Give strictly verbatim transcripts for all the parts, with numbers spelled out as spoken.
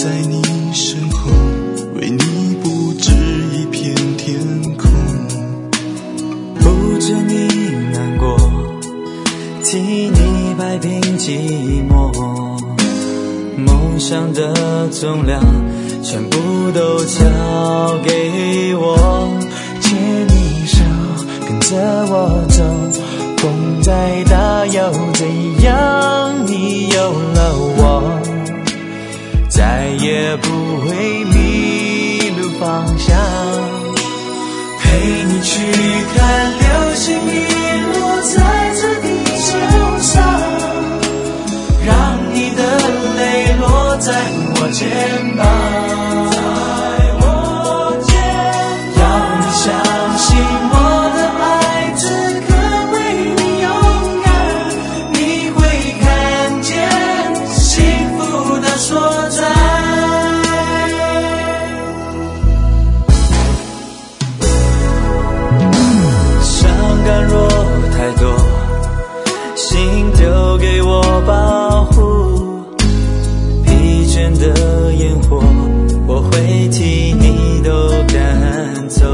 在你身后，为你布置一片天空， 不准你难过，替你摆平寂寞，梦想的重量全部都交给我，牵你手跟着我走，风再大又怎样，你有了我再也不会迷路方向，陪你去看流星雨落在这地球上，让你的泪落在我肩膀，在我肩膀，要你相信我的爱此刻为你勇敢，你会看见幸福的所在。伤感若太多，心丢给我保护，疲倦的烟火我会替你都赶走，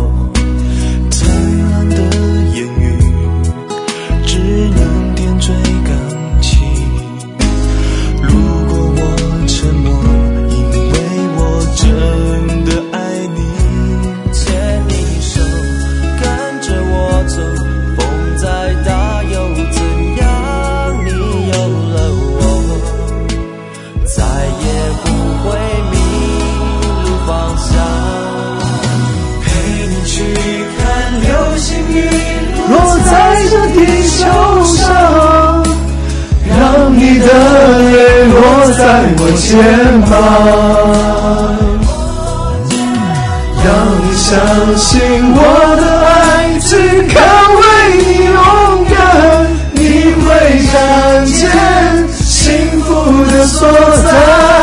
灿烂的言语只能点缀钢琴，如果我沉默，因为我真的爱你， 牵你手跟着我走，风再大又怎样，你有了我再也不会迷路方向，陪你去看流星雨落在这地球上， 让你的泪落在我肩膀，让你相信我的爱此刻为你勇敢，你会看见幸福的所在。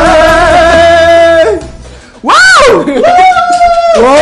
哇哇！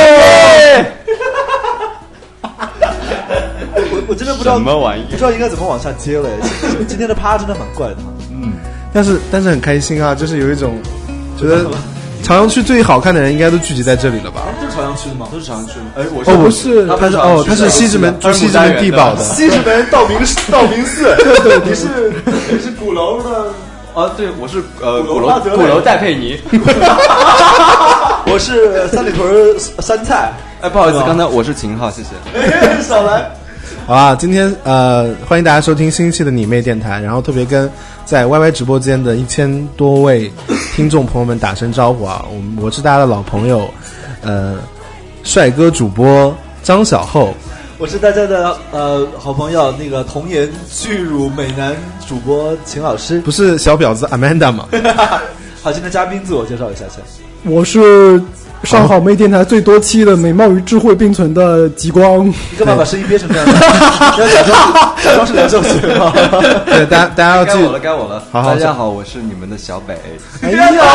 我我真的不知道什么玩意， 不知道应该怎么往下接了。今天的趴真的蛮怪的。 嗯，但是但是很开心啊，就是有一种觉得朝阳区最好看的人应该都聚集在这里了吧？ 这是朝阳区的吗？都是朝阳区的。 哎，我是哦，不是，他是哦，他是西直门，住西直门地堡的。 西直门道明道明寺， 对， 你是你是鼓楼的。 啊，对，我是呃鼓鼓楼楼鼓楼戴佩妮， 我是三里屯山菜。 哎，不好意思，刚才我是秦昊，谢谢。 哎，少来。 好啊，今天呃，欢迎大家收听新一期的你妹电台，然后特别跟在 Y Y 直播间的一千多位听众朋友们打声招呼啊，我我是大家的老朋友，呃，帅哥主播张小厚。 我是大家的呃好朋友，那个童颜巨乳美男主播秦老师， 不是小婊子 Amanda 吗？ 好，今天嘉宾自我介绍一下先。 我是上好妹电台最多期的美貌与智慧并存的极光。 你干嘛把声音憋成这样？要假装假装是梁秀雪吗？ 对，大家大家要记该我了，该我了。 好好大家好，我是你们的小北。 哎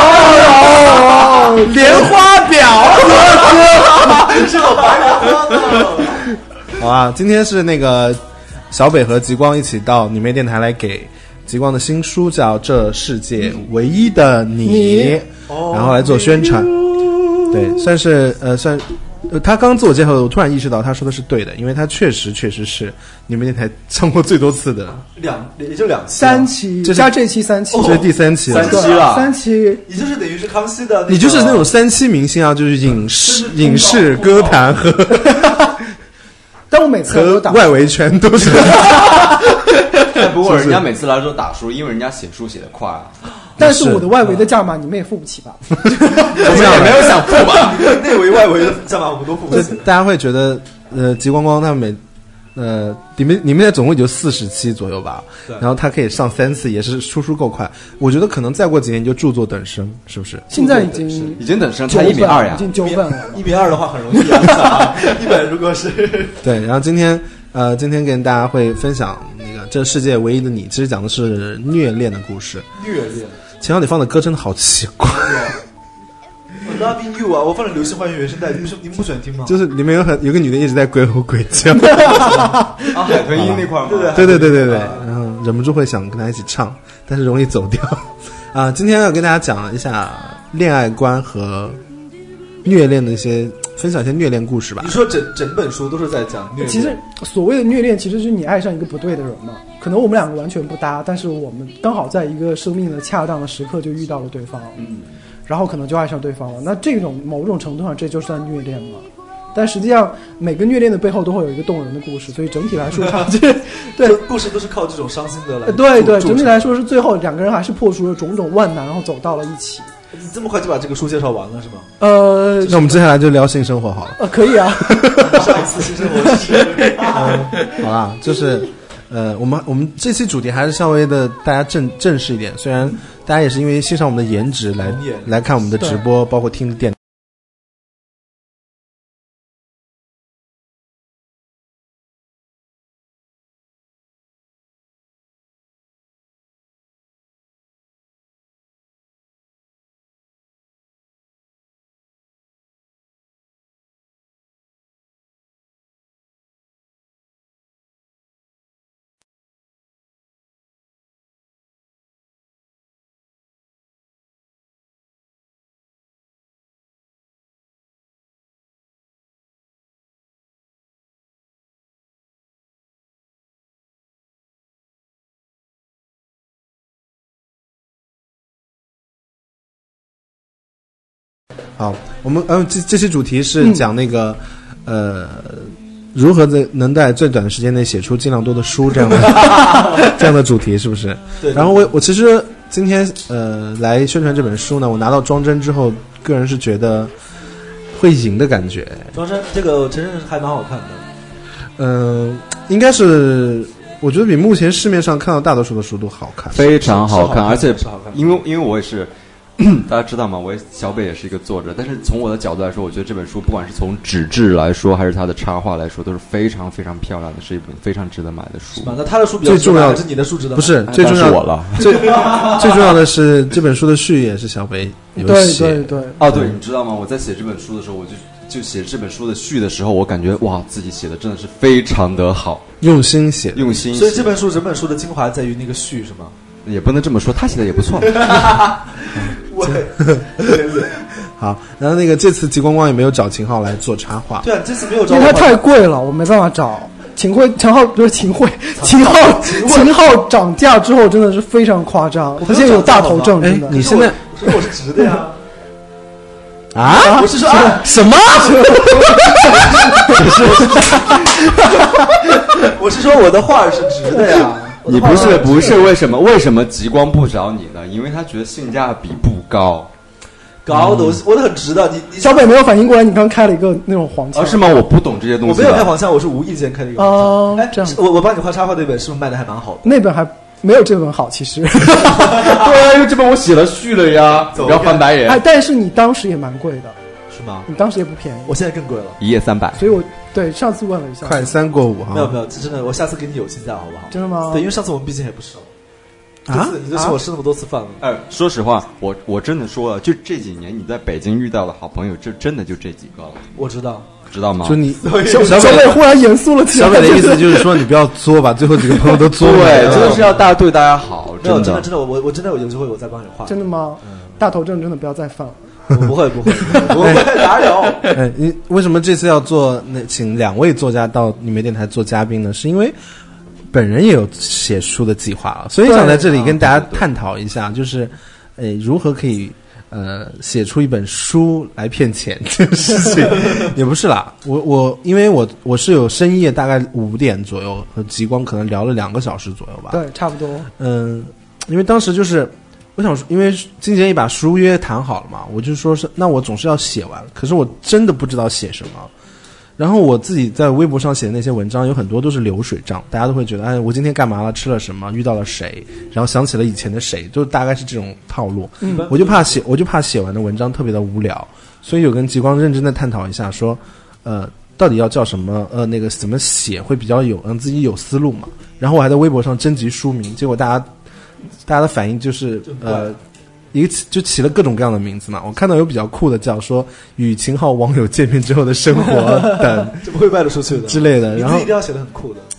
呦，莲花婊， 是我白莲花的。 好啊，今天是那个小北和极光一起到你妹电台来给极光的新书叫《这世界唯一的你》，然后来做宣传。对，算是呃算，呃他刚自我介绍的，我突然意识到他说的是对的，因为他确实确实是你们电台上过最多次的， 两也就两期， 三期这是加这期三期， 这是第三期了， 三期了， 三期， 你就是等于是康熙的、那个， 你就是那种三期明星啊，就是影视、影视、歌坛和但我每次都打和外围圈都是。 不过人家每次来都打输，因为人家写书写得快啊。 但是我的外围的价码你们也付不起吧？ 我们也没有想付吧？ 内围外围的价码我们都付不起。 大家会觉得，呃，极光光他们每。呃，你们你们现在总共也就四十期左右吧，然后他可以上三次，也是输出够快。我觉得可能再过几年就著作等身，是不是？ 现在已经已经等身，他一米二呀， 已经九分了。 一米二的话很容易啊，一百如果是对。然后今天呃，今天跟大家会分享那个这世界唯一的你，其实讲的是虐恋的故事。 虐恋。 前两你放的歌真的好奇怪。 我 Loving You 啊，我放了《流星花园》原声带，你们你们不喜欢听吗？ 就是里面有很有个女的一直在鬼吼鬼叫。 啊，海豚音那块吗？ 对对对对对对。然后忍不住会想跟他一起唱，但是容易走调。啊，今天要跟大家讲一下恋爱观和虐恋的一些，分享一些虐恋故事吧。 你说整整本书都是在讲虐恋？ 其实所谓的虐恋，其实是你爱上一个不对的人嘛。可能我们两个完全不搭，但是我们刚好在一个生命的恰当的时刻就遇到了对方，嗯，然后可能就爱上对方了。那这种某种程度上，这就算虐恋了。但实际上，每个虐恋的背后都会有一个动人的故事，所以整体来说，它这对故事都是靠这种伤心的来。 对对，整体来说是最后两个人还是破除了种种万难，然后走到了一起。 你这么快就把这个书介绍完了是吗？ 呃， 那我们接下来就聊性生活好了。 呃，可以啊。 上一次性生活是、 嗯、好啦，就是呃，我们我们这期主题还是稍微的大家正正式一点，虽然大家也是因为欣赏我们的颜值来来看我们的直播，包括听电台。好，我们呃这这期主题是讲那个、嗯、呃如何在能在最短的时间内写出尽量多的书这样的这样的主题，是不是？ 对。 然后我我其实今天呃来宣传这本书呢，我拿到装帧之后，个人是觉得会赢的感觉。 装帧这个我承认还蛮好看的。 嗯、呃，应该是。我觉得比目前市面上看到大多数的书都好看， 非常好看，而且是好看因为因为我也是大家知道吗？我也小北也是一个作者，但是从我的角度来说，我觉得这本书不管是从纸质来说，还是它的插画来说，都是非常非常漂亮的，是一本非常值得买的书。 那他的书比较最重要还是你的书值得买？ 不是最重要是我了。 最最重要的是这本书的序也是小北有写。 对对对。 哦，对，你知道吗？我在写这本书的时候，我就。就写这本书的序的时候，我感觉哇，自己写的真的是非常的好， 用心写， 用心写。 所以这本书整本书的精华在于那个序，是吗？ 也不能这么说，他写的也不错。 我好，然后那个这次极光光也没有找秦昊来做插画， 对啊，这次没有找， 因为他太贵了，我没办法找。秦桧、秦昊不是秦桧，秦昊秦昊涨价之后真的是非常夸张，他现在有大头症，真的。 你现在我说我是直的呀。 啊！ 我是说啊， 什么？ 我是说我的画是直的呀。 你不是不是为什么为什么极光不找你呢？因为他觉得性价比不高。 高的，我我的很直的。你你小北没有反应过来，你刚开了一个那种黄腔。 啊，是吗？我不懂这些东西。 我没有开黄腔，我是无意间开了一个黄腔。 哦， 哎， 这样。 我我帮你画插画那本是不是卖的还蛮好的？ 那本还没有这本好，其实。 对啊，因为这本我写了序了呀，不要翻白眼。 哎，但是你当时也蛮贵的。 是吗？ 你当时也不便宜， 我现在更贵了， 一页三百。 所以我对上次问了一下， 快三过五哈。 没有没有，这真的，我下次给你友情价好不好？ 真的吗？ 对，因为上次我们毕竟也不熟啊， 你都请我吃那么多次饭了。 哎、呃，说实话，我我真的说了，就这几年你在北京遇到的好朋友，这真的就这几个了。 我知道， 知道吗？ 就你小小北忽然严肃了起来。 小北的意思就是说，你不要作，把最后几个朋友都作。 对，真的是要大家对大家好。 没有，真的真的，我我真的有机会我再帮你画。 真的吗？嗯、大头症真的不要再犯了。 我不会不会不会哪有？ 哎，你为什么这次要做那请两位作家到你们电台做嘉宾呢？是因为本人也有写书的计划了，所以想在这里跟大家探讨一下，就是诶如何可以呃写出一本书来骗钱这个事情。也不是啦，我我因为我我是有深夜大概五点左右和极光可能聊了两个小时左右吧。 对，差不多。 嗯，因为当时就是。我想说，因为金姐一把书约谈好了嘛，我就说是那我总是要写完，可是我真的不知道写什么。然后我自己在微博上写的那些文章，有很多都是流水账，大家都会觉得，哎，我今天干嘛了，吃了什么，遇到了谁，然后想起了以前的谁，就大概是这种套路。嗯，我就怕写，我就怕写完的文章特别的无聊，所以有跟极光认真的探讨一下，说，呃，到底要叫什么，呃，那个怎么写会比较有让自己有思路嘛。然后我还在微博上征集书名，结果大家。大家的反应就是呃，一个就起了各种各样的名字嘛。我看到有比较酷的叫说与秦昊网友见面之后的生活等， 这不会卖得出去的之类的。然后你一定要写得很酷的。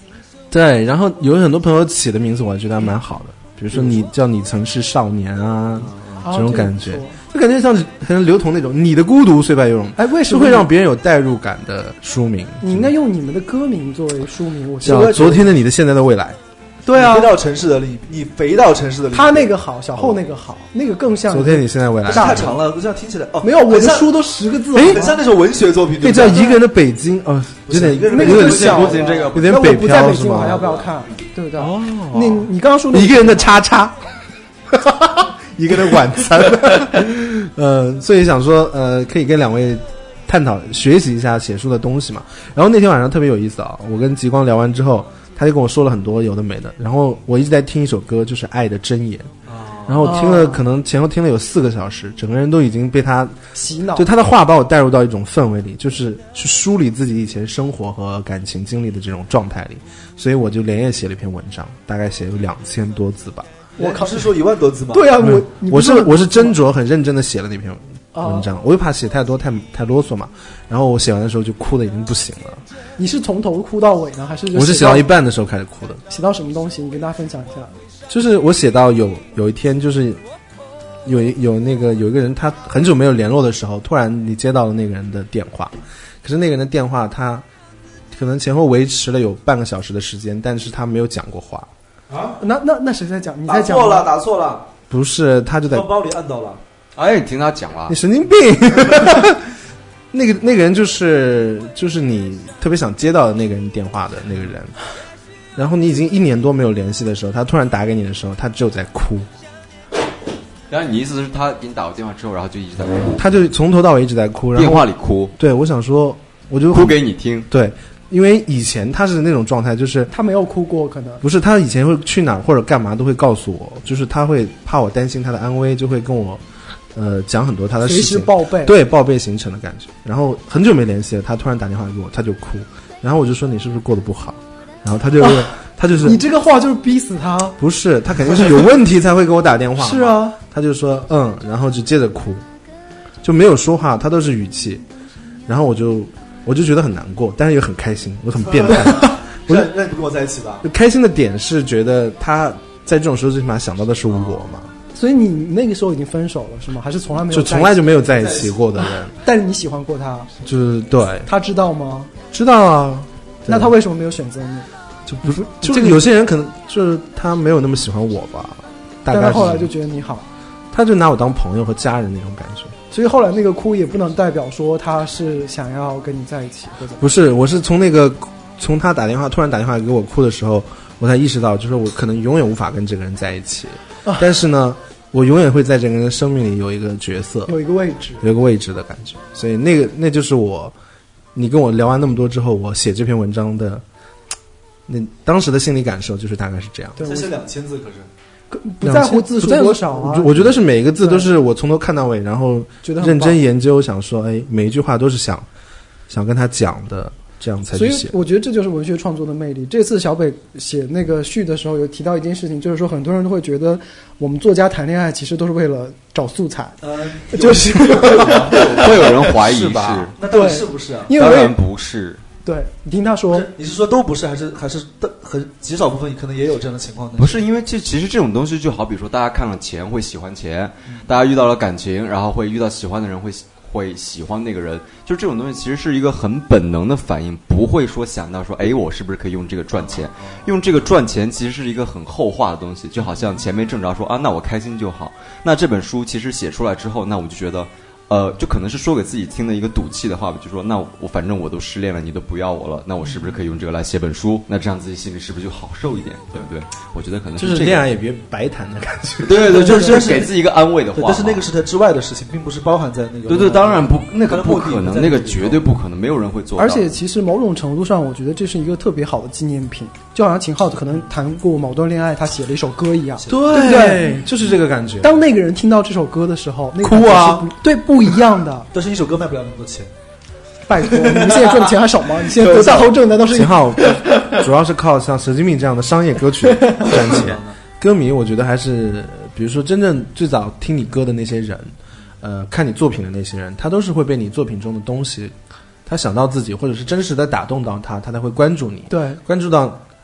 对，然后有很多朋友起的名字我觉得还蛮好的，比如说你叫你曾是少年啊， 嗯、 这种感觉。 哦就感觉像很刘同那种你的孤独虽败犹荣， 哎，为什么是会让别人有代入感的书名？ 你应该用你们的歌名作为书名，我叫昨天的你的现在的未来。 对啊， 你飞到城市的你，你肥到城市的你。 他那个好，小后那个好，那个更像。 昨天你现在未来太长了，这样听起来哦， 没有，我的书都十个字， 哎，很像那种文学作品。 可以叫一个人的北京哦，有点那个更小， 这个有点北漂是吗？ 我还要不要看？对不对？哦，那你刚刚说一个人的叉叉。一个人晚餐，呃，所以想说，呃，可以跟两位探讨学习一下写书的东西嘛。然后那天晚上特别有意思啊，我跟极光聊完之后，他就跟我说了很多有的没的。然后我一直在听一首歌，就是《爱的箴言》，然后听了可能前后听了有四个小时，整个人都已经被他洗脑， 就他的话把我带入到一种氛围里，就是去梳理自己以前生活和感情经历的这种状态里。所以我就连夜写了一篇文章，大概写有两千多字吧。 我靠，是说一万多字吗？ 对啊，我我是我是斟酌很认真的写了那篇文章，我又怕写太多太太啰嗦嘛。然后我写完的时候就哭的已经不行了。 你是从头哭到尾呢，还是我是写到一半的时候开始哭的？ 写到什么东西？你跟大家分享一下。 就是我写到有有一天，就是有有那个有一个人，他很久没有联络的时候，突然你接到了那个人的电话，可是那个人的电话他可能前后维持了有半个小时的时间，但是他没有讲过话。 啊，那那那谁在讲？你在讲？ 打错了，打错了。 不是，他就在包里按到了。 哎，你听他讲了。 你神经病！那个那个人就是就是你特别想接到的那个人电话的那个人，然后你已经一年多没有联系的时候，他突然打给你的时候，他只有在哭。 然后你意思是他给你打过电话之后，然后就一直在哭？ 他就从头到尾一直在哭，然后电话里哭。 对，我想说，我就哭给你听。 对。因为以前他是那种状态，就是他没有哭过，可能不是他以前会去哪儿或者干嘛都会告诉我，就是他会怕我担心他的安危，就会跟我呃讲很多他的事情， 随时报备， 对报备行程的感觉。然后很久没联系了，他突然打电话给我，他就哭，然后我就说你是不是过得不好？然后他就、啊、他就是你这个话就是逼死他， 不是他肯定是有问题才会给我打电话， 是啊， 他就说嗯，然后就接着哭，就没有说话，他都是语气，然后我就。我就觉得很难过，但是又很开心，我很变态。 我让让你不跟我在一起吧。 开心的点是觉得他在这种时候最起码想到的是我嘛。 所以你那个时候已经分手了是吗？还是从来没有？ 就从来就没有在一起过的人。 但是你喜欢过他？ 就是对。 他知道吗？ 知道啊。 那他为什么没有选择你？ 就不是，就这个有些人可能就是他没有那么喜欢我吧。大概但他后来就觉得你好， 他就拿我当朋友和家人那种感觉。 所以后来那个哭也不能代表说他是想要跟你在一起或者不是，我是从那个从他打电话突然打电话给我哭的时候，我才意识到，就是我可能永远无法跟这个人在一起，啊、但是呢，我永远会在这个人的生命里有一个角色， 有一个位置， 有一个位置的感觉。所以那个那就是我，你跟我聊完那么多之后，我写这篇文章的那当时的心理感受就是大概是这样。 这写两千字可是。 不在乎字数多少啊！ 我觉得是每一个字都是我从头看到尾，然后认真研究，想说，哎，每一句话都是想想跟他讲的，这样才去写。 所以我觉得这就是文学创作的魅力。这次小北写那个序的时候有提到一件事情，就是说很多人都会觉得我们作家谈恋爱其实都是为了找素材，呃，就是会有人怀疑是吧？那到底是不是啊？ 因为当然不是。 对，你听他说， 你是说都不是，还是还是很极少部分可能也有这样的情况呢？ 不是，因为这其实这种东西就好比说，大家看了钱会喜欢钱，嗯、大家遇到了感情，然后会遇到喜欢的人会会喜欢那个人，就是这种东西其实是一个很本能的反应，不会说想到说，哎，我是不是可以用这个赚钱？用这个赚钱其实是一个很后话的东西，就好像钱没挣着说啊，那我开心就好。那这本书其实写出来之后，那我就觉得。呃，就可能是说给自己听的一个赌气的话吧，就说那我反正我都失恋了，你都不要我了，那我是不是可以用这个来写本书？那这样自己心里是不是就好受一点，对不对？我觉得可能是就是恋爱也别白谈的感觉。 对对，就是给自己一个安慰的话。 但是那个是他之外的事情，并不是包含在那个。 对对，当然不，那个不可能，那个绝对不可能，没有人会做到。 而且其实某种程度上，我觉得这是一个特别好的纪念品，就好像秦昊可能谈过某段恋爱，他写了一首歌一样， 对对不对？ 就是这个感觉。 当那个人听到这首歌的时候，那个哭啊， 对，不一样的。 但是一首歌卖不了那么多钱， 拜托，你们现在赚的钱还少吗？你现在得大头症难道是？ 秦昊主要是靠像《神经病》这样的商业歌曲赚钱。歌迷，我觉得还是，比如说真正最早听你歌的那些人，呃，看你作品的那些人，他都是会被你作品中的东西，他想到自己，或者是真实的打动到他，他才会关注你。 对， 关注到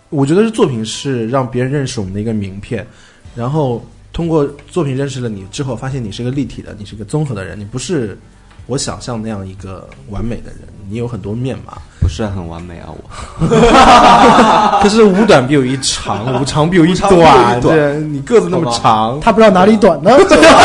我觉得是作品是让别人认识我们的一个名片，然后通过作品认识了你之后，发现你是个立体的，你是个综合的人，你不是我想象那样一个完美的人，你有很多面码。 不是很完美啊，我。 可是五短必有一长，五长必有一短，对，你个子那么长， 他不知道哪里短呢，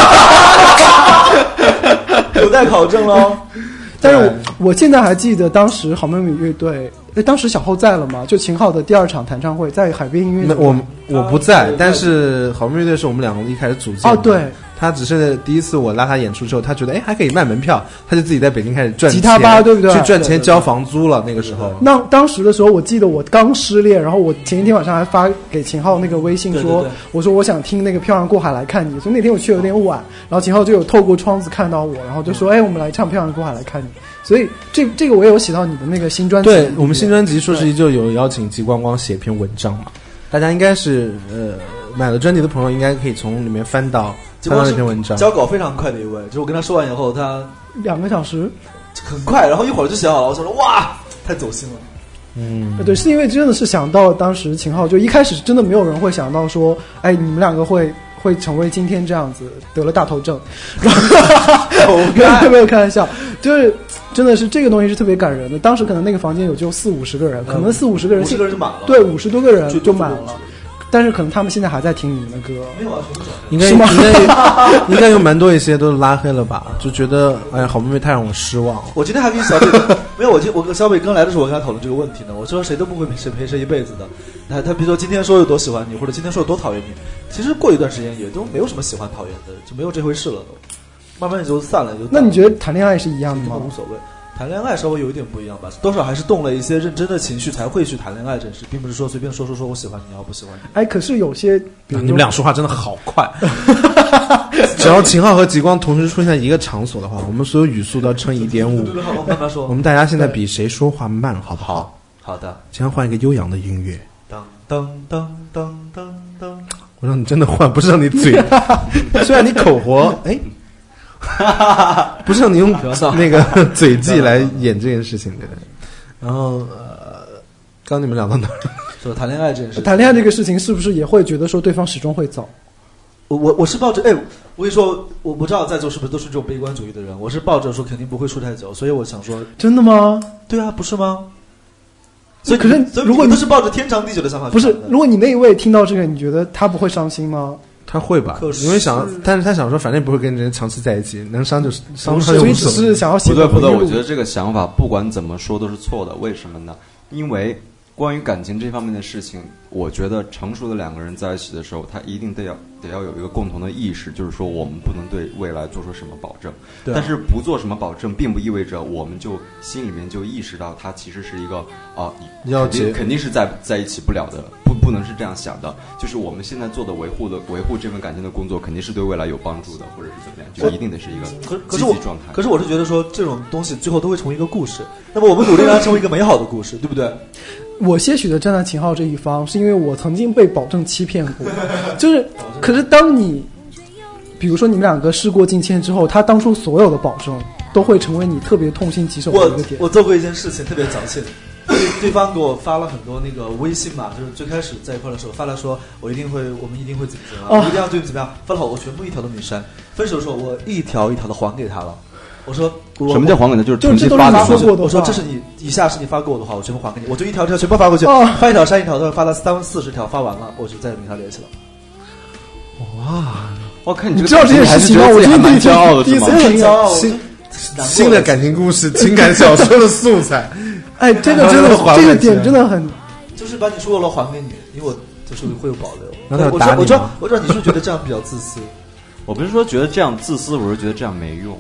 有待考证喽。 但是我我现在还记得当时好妹妹乐队，哎，当时小后在了嘛？就秦昊的第二场弹唱会在海边音乐。 我我不在，但是好妹妹乐队是我们两个一开始组建的。 哦，对。 他只是第一次我拉他演出之后，他觉得哎还可以卖门票，他就自己在北京开始赚钱， 吉他吧，对不对？ 去赚钱交房租了。那个时候， 那当时的时候，我记得我刚失恋，然后我前一天晚上还发给秦昊那个微信说， 对对对我说我想听那个《漂洋过海来看你》，所以那天我去有点晚，然后秦昊就有透过窗子看到我，然后就说，哎，我们来唱《漂洋过海来看你》。所以这这个我也有写到你的那个新专辑。 对，我们新专辑说实就有邀请极光光写一篇文章嘛，大家应该是呃买了专辑的朋友应该可以从里面翻到。看到那篇文章， 交稿非常快的一位，就是我跟他说完以后，他两个小时， 很快，然后一会儿就写好了。我想说，哇，太走心了。 嗯， 对，是因为真的是想到当时秦昊，就一开始真的没有人会想到说，哎，你们两个会会成为今天这样子，得了大头症。然后没有没有开玩笑，就是真的是这个东西是特别感人的。当时可能那个房间有就四五十个人，可能四五十个人， 五十个人就满了， 对，五十多个人就满了。但是可能他们现在还在听你们的歌， 没有啊，全部转应该应该应该有蛮多一些都拉黑了吧？就觉得哎呀，好妹妹太让我失望了。 我今天还跟小北没有，我我跟小北刚来的时候，我跟他讨论这个问题呢。我说谁都不会谁陪谁一辈子的。他他比如说今天说有多喜欢你，或者今天说有多讨厌你，其实过一段时间也都没有什么喜欢讨厌的，就没有这回事了都，慢慢也就散了。就那你觉得谈恋爱是一样的吗？ 无所谓。谈恋爱稍微有一点不一样吧，多少还是动了一些认真的情绪才会去谈恋爱这件事，并不是说随便说说说我喜欢你，我不喜欢你。 哎，可是有些，比如你们俩说话真的好快。只要秦昊和极光同时出现在一个场所的话，我们所有语速都要乘一点五。 对对，好，慢慢说。 我们大家现在比谁说话慢，好不好？ 好的。 请换一个悠扬的音乐。 当当当当当当。 我让你真的换，不是让你嘴。虽然你口活，哎。不是让你用那个嘴技来演这件事情，对不对？然后呃，刚你们聊到哪儿？ 说谈恋爱这件事， 谈恋爱这个事情是不是也会觉得说对方始终会走？ 我我我是抱着哎，我跟你说，我不知道在座是不是都是这种悲观主义的人，我是抱着说肯定不会处太久，所以我想说， 真的吗？ 对啊，不是吗？所以可是如果你都是抱着天长地久的想法， 不是？如果你那一位听到这个，你觉得他不会伤心吗？ 他会吧，因为想，但是他想说，反正不会跟人长期在一起，能伤就伤， 所以只是想要不对不对，我觉得这个想法不管怎么说都是错的。为什么呢？因为关于感情这方面的事情，我觉得成熟的两个人在一起的时候，他一定得要得要有一个共同的意识，就是说我们不能对未来做出什么保证。 对啊、 但是不做什么保证，并不意味着我们就心里面就意识到他其实是一个啊， 要肯定肯定是在在一起不了的，不不能是这样想的。就是我们现在做的维护的维护这份感情的工作，肯定是对未来有帮助的，或者是怎么样，就一定得是一个积极状态。 可是我是觉得说这种东西最后都会成为一个故事，那么我们努力让它成为一个美好的故事，对不对？ 我些许的站在秦昊这一方，是因为我曾经被保证欺骗过，就是，可是当你，比如说你们两个事过境迁之后，他当初所有的保证都会成为你特别痛心疾首的一个点。 我我做过一件事情特别矫情，对, 对方给我发了很多那个微信嘛，就是最开始在一块的时候发了说，我一定会，我们一定会怎么怎么样，我一定要对你怎么样，发了好，我全部一条都没删。分手的时候，我一条一条的还给他了。我说什么叫还给他？就是重新发给我。 我说这是你以下是你发给我的话，我全部还给你。我就一条一条全部发过去，哦、发一条删一条，都发了三四十条，发完了，我就再也没跟他联系了。 哇！ 我看你知道这件事情吗？我今天蛮骄傲的， 第一次听到新新的感情故事、情感小说的素材。 哎，这个真的，这个点真的很， 就是把你说过了还给你，因为我就是会有保留。 那他打你吗？ 我知道，我知道你是觉得这样比较自私。 我不是说觉得这样自私，我是觉得这样没用。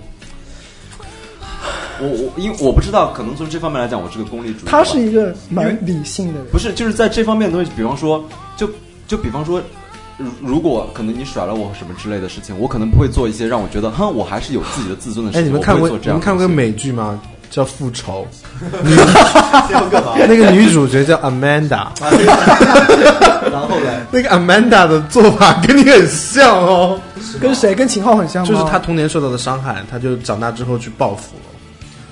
我我因为我不知道，可能从这方面来讲，我是个功利主义。 他是一个蛮理性的人， 不是，就是在这方面的东西，比方说，就就比方说，如果可能你甩了我什么之类的事情，我可能不会做一些让我觉得，哼，我还是有自己的自尊的事情。 哎，你们看过你们看过个美剧吗？叫《复仇》，那个女主角叫 Amanda， 然后呢， 那个 Amanda 的做法跟你很像哦， 跟谁？跟秦昊很像吗？ 就是她童年受到的伤害，她就长大之后去报复了。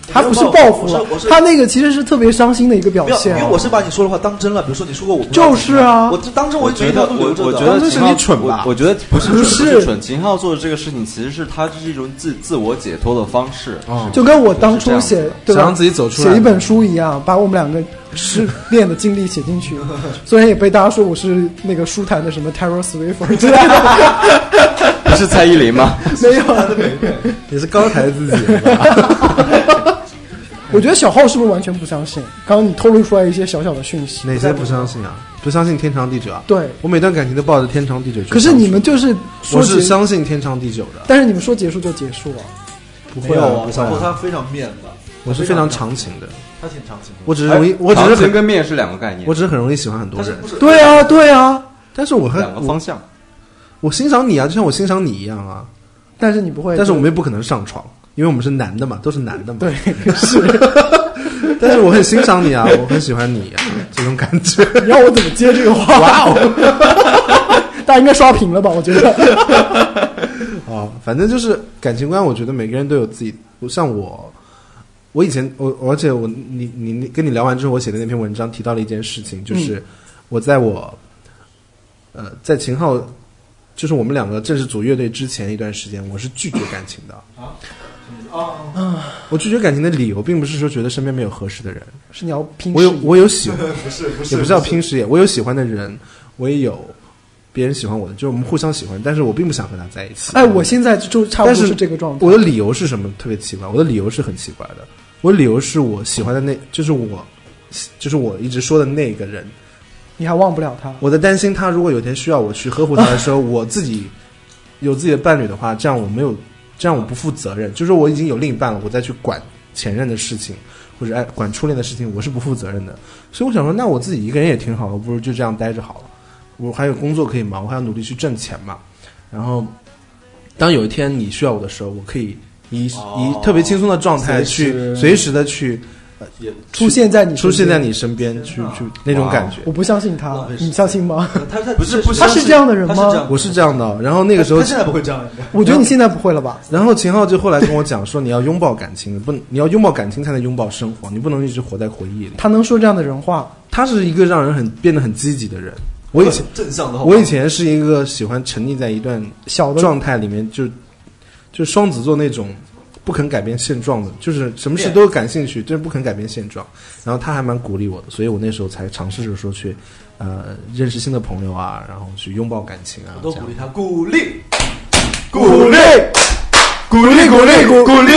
他不是报复了我是我是， 他那个其实是特别伤心的一个表没有，因现为。我是把你说的话当真了。比如说你说过我不就是啊我当真我每我觉得条都留着的。 我我觉得当时是你蠢吧我我觉得不是不是不是蠢，秦昊做的这个事情其实是他是一种自自我解脱的方式。 哦就跟我当初写对吧想让自己走出来写一本书一样，把我们两个失恋的经历写进去。虽然也被大家说我是那个书坛的什么 Taylor Swift 之类的， 不是蔡依林吗？ 没有。 也是高抬自己吧。 我觉得小浩是不是完全不相信？刚刚你透露出来一些小小的讯息， 哪些不相信啊？不相信天长地久啊？ 对， 我每段感情都抱着天长地久去。 可是你们就是说我是结， 相信天长地久的， 但是你们说结束就结束啊？ 不会啊， 没有啊， 不会啊， 小后他非常面的， 我是非常长情的。 他挺长情的。 我只是容易，我只是长情很， 跟面是两个概念， 我只是很容易喜欢很多人。 对啊，对啊， 但是我很两个方向。 我欣赏你啊，就像我欣赏你一样啊。 但是你不会， 但是我们也不可能上床，因为我们是男的嘛，都是男的嘛。 对是， 但是我很欣赏你啊，我很喜欢你啊，这种感觉。 你让我怎么接这个话？哇哦，大家应该刷屏了吧？我觉得。 哦，反正就是感情观，我觉得每个人都有自己。像我，我以前我，而且我你你跟你聊完之后，我写的那篇文章提到了一件事情，就是我在我，呃，在秦昊，就是我们两个正式组乐队之前一段时间，我是拒绝感情的。啊啊！我拒绝感情的理由，并不是说觉得身边没有合适的人， 是你要拼我有事业我有喜欢， 不是不是， 也不是要拼事业，我有喜欢的人，我也有别人喜欢我的，就是我们互相喜欢，但是我并不想和他在一起。 哎，我现在就差不多但是这个状态。 我的理由是什么？特别奇怪，我的理由是很奇怪的。我的理由是我喜欢的那，就是我，就是我一直说的那个人。 你还忘不了他。 我在担心他如果有一天需要我去呵护他的时候，我自己有自己的伴侣的话，这样我没有，这样我不负责任。就是我已经有另一半了，我再去管前任的事情，或者哎管初恋的事情，我是不负责任的。所以我想说，那我自己一个人也挺好的，不如就这样待着好了。我还有工作可以忙，我还要努力去挣钱嘛。然后，当有一天你需要我的时候，我可以以、 哦、 以特别轻松的状态去随时的去、呃、 也出现在你出现在你身边，去去那种感觉。 我不相信他，你相信吗？ 他他不是不是他是这样的人吗？ 我是这样的。然后那个时候他现在不会这样。 我觉得你现在不会了吧？ 然后秦昊就后来跟我讲说，你要拥抱感情，不，你要拥抱感情才能拥抱生活，你不能一直活在回忆里。 他能说这样的人话？ 他是一个让人很变得很积极的人。我以前正向的， 我以前是一个喜欢沉溺在一段小的状态里面，就就双子座那种不肯改变现状的，就是什么事都感兴趣，就是不肯改变现状。然后他还蛮鼓励我的，所以我那时候才尝试着说去呃认识新的朋友啊，然后去拥抱感情啊。 我都鼓励他，鼓励， 鼓励，鼓励，鼓励，鼓鼓励。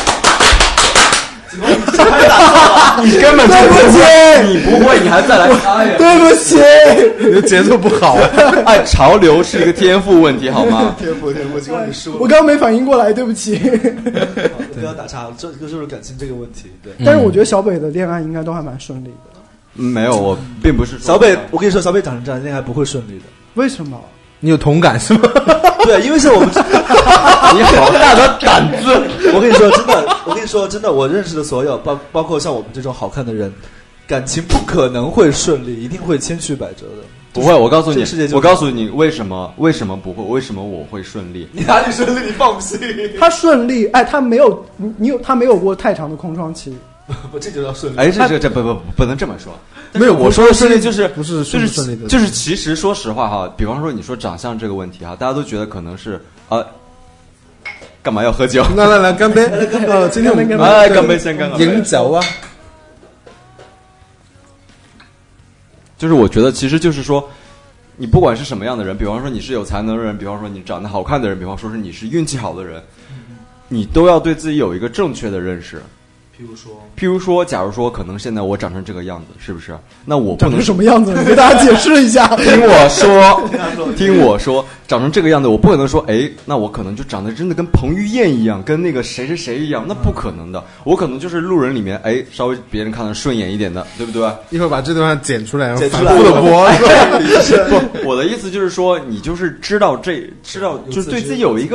你根本就对不起， 你不会，你还再来。 对不起， 你的节奏不好。 哎，潮流是一个天赋问题，好吗？ 天赋天赋，尽管你输了， 我刚刚没反应过来，对不起。 不要打岔，这这就是感情这个问题。对， 但是我觉得小北的恋爱应该都还蛮顺利的。 没有，我并不是小北，我跟你说，小北长成这样，恋爱不会顺利的。 为什么？ 你有同感是吗？ 对，因为是我们， 你好大的胆子！ 我跟你说，真的，我跟你说，真的，我认识的所有，包包括像我们这种好看的人，感情不可能会顺利，一定会千曲百折的。 不会，我告诉你，我告诉你为什么？为什么不会？为什么我会顺利？ 你哪里顺利？你放屁！ 他顺利，哎，他没有，你你有，他没有过太长的空窗期。 不，这就叫顺利。 哎，这这这不不不能这么说。 没有， 我说的顺利就是不是就是顺利的， 就是其实说实话哈，比方说你说长相这个问题哈，大家都觉得可能是啊，干嘛要喝酒？ 来来来，干杯！呃，今天我们哎，干杯，先干干杯。 饮酒啊！ 就是我觉得，其实就是说，你不管是什么样的人，比方说你是有才能的人，比方说你长得好看的人，比方说是你是运气好的人，你都要对自己有一个正确的认识。 譬如说， 譬如说，假如说，可能现在我长成这个样子，是不是？那我不能长成什么样子？你给大家解释一下。 听我说，听我说，长成这个样子，我不可能说，哎，那我可能就长得真的跟彭于晏一样，跟那个谁谁谁一样，那不可能的。我可能就是路人里面，哎，稍微别人看着顺眼一点的，对不对？ 一会儿把这段剪出来，然后剪出来反复的播。 不，我的意思就是说，你就是知道这，知道，就是对自己有一个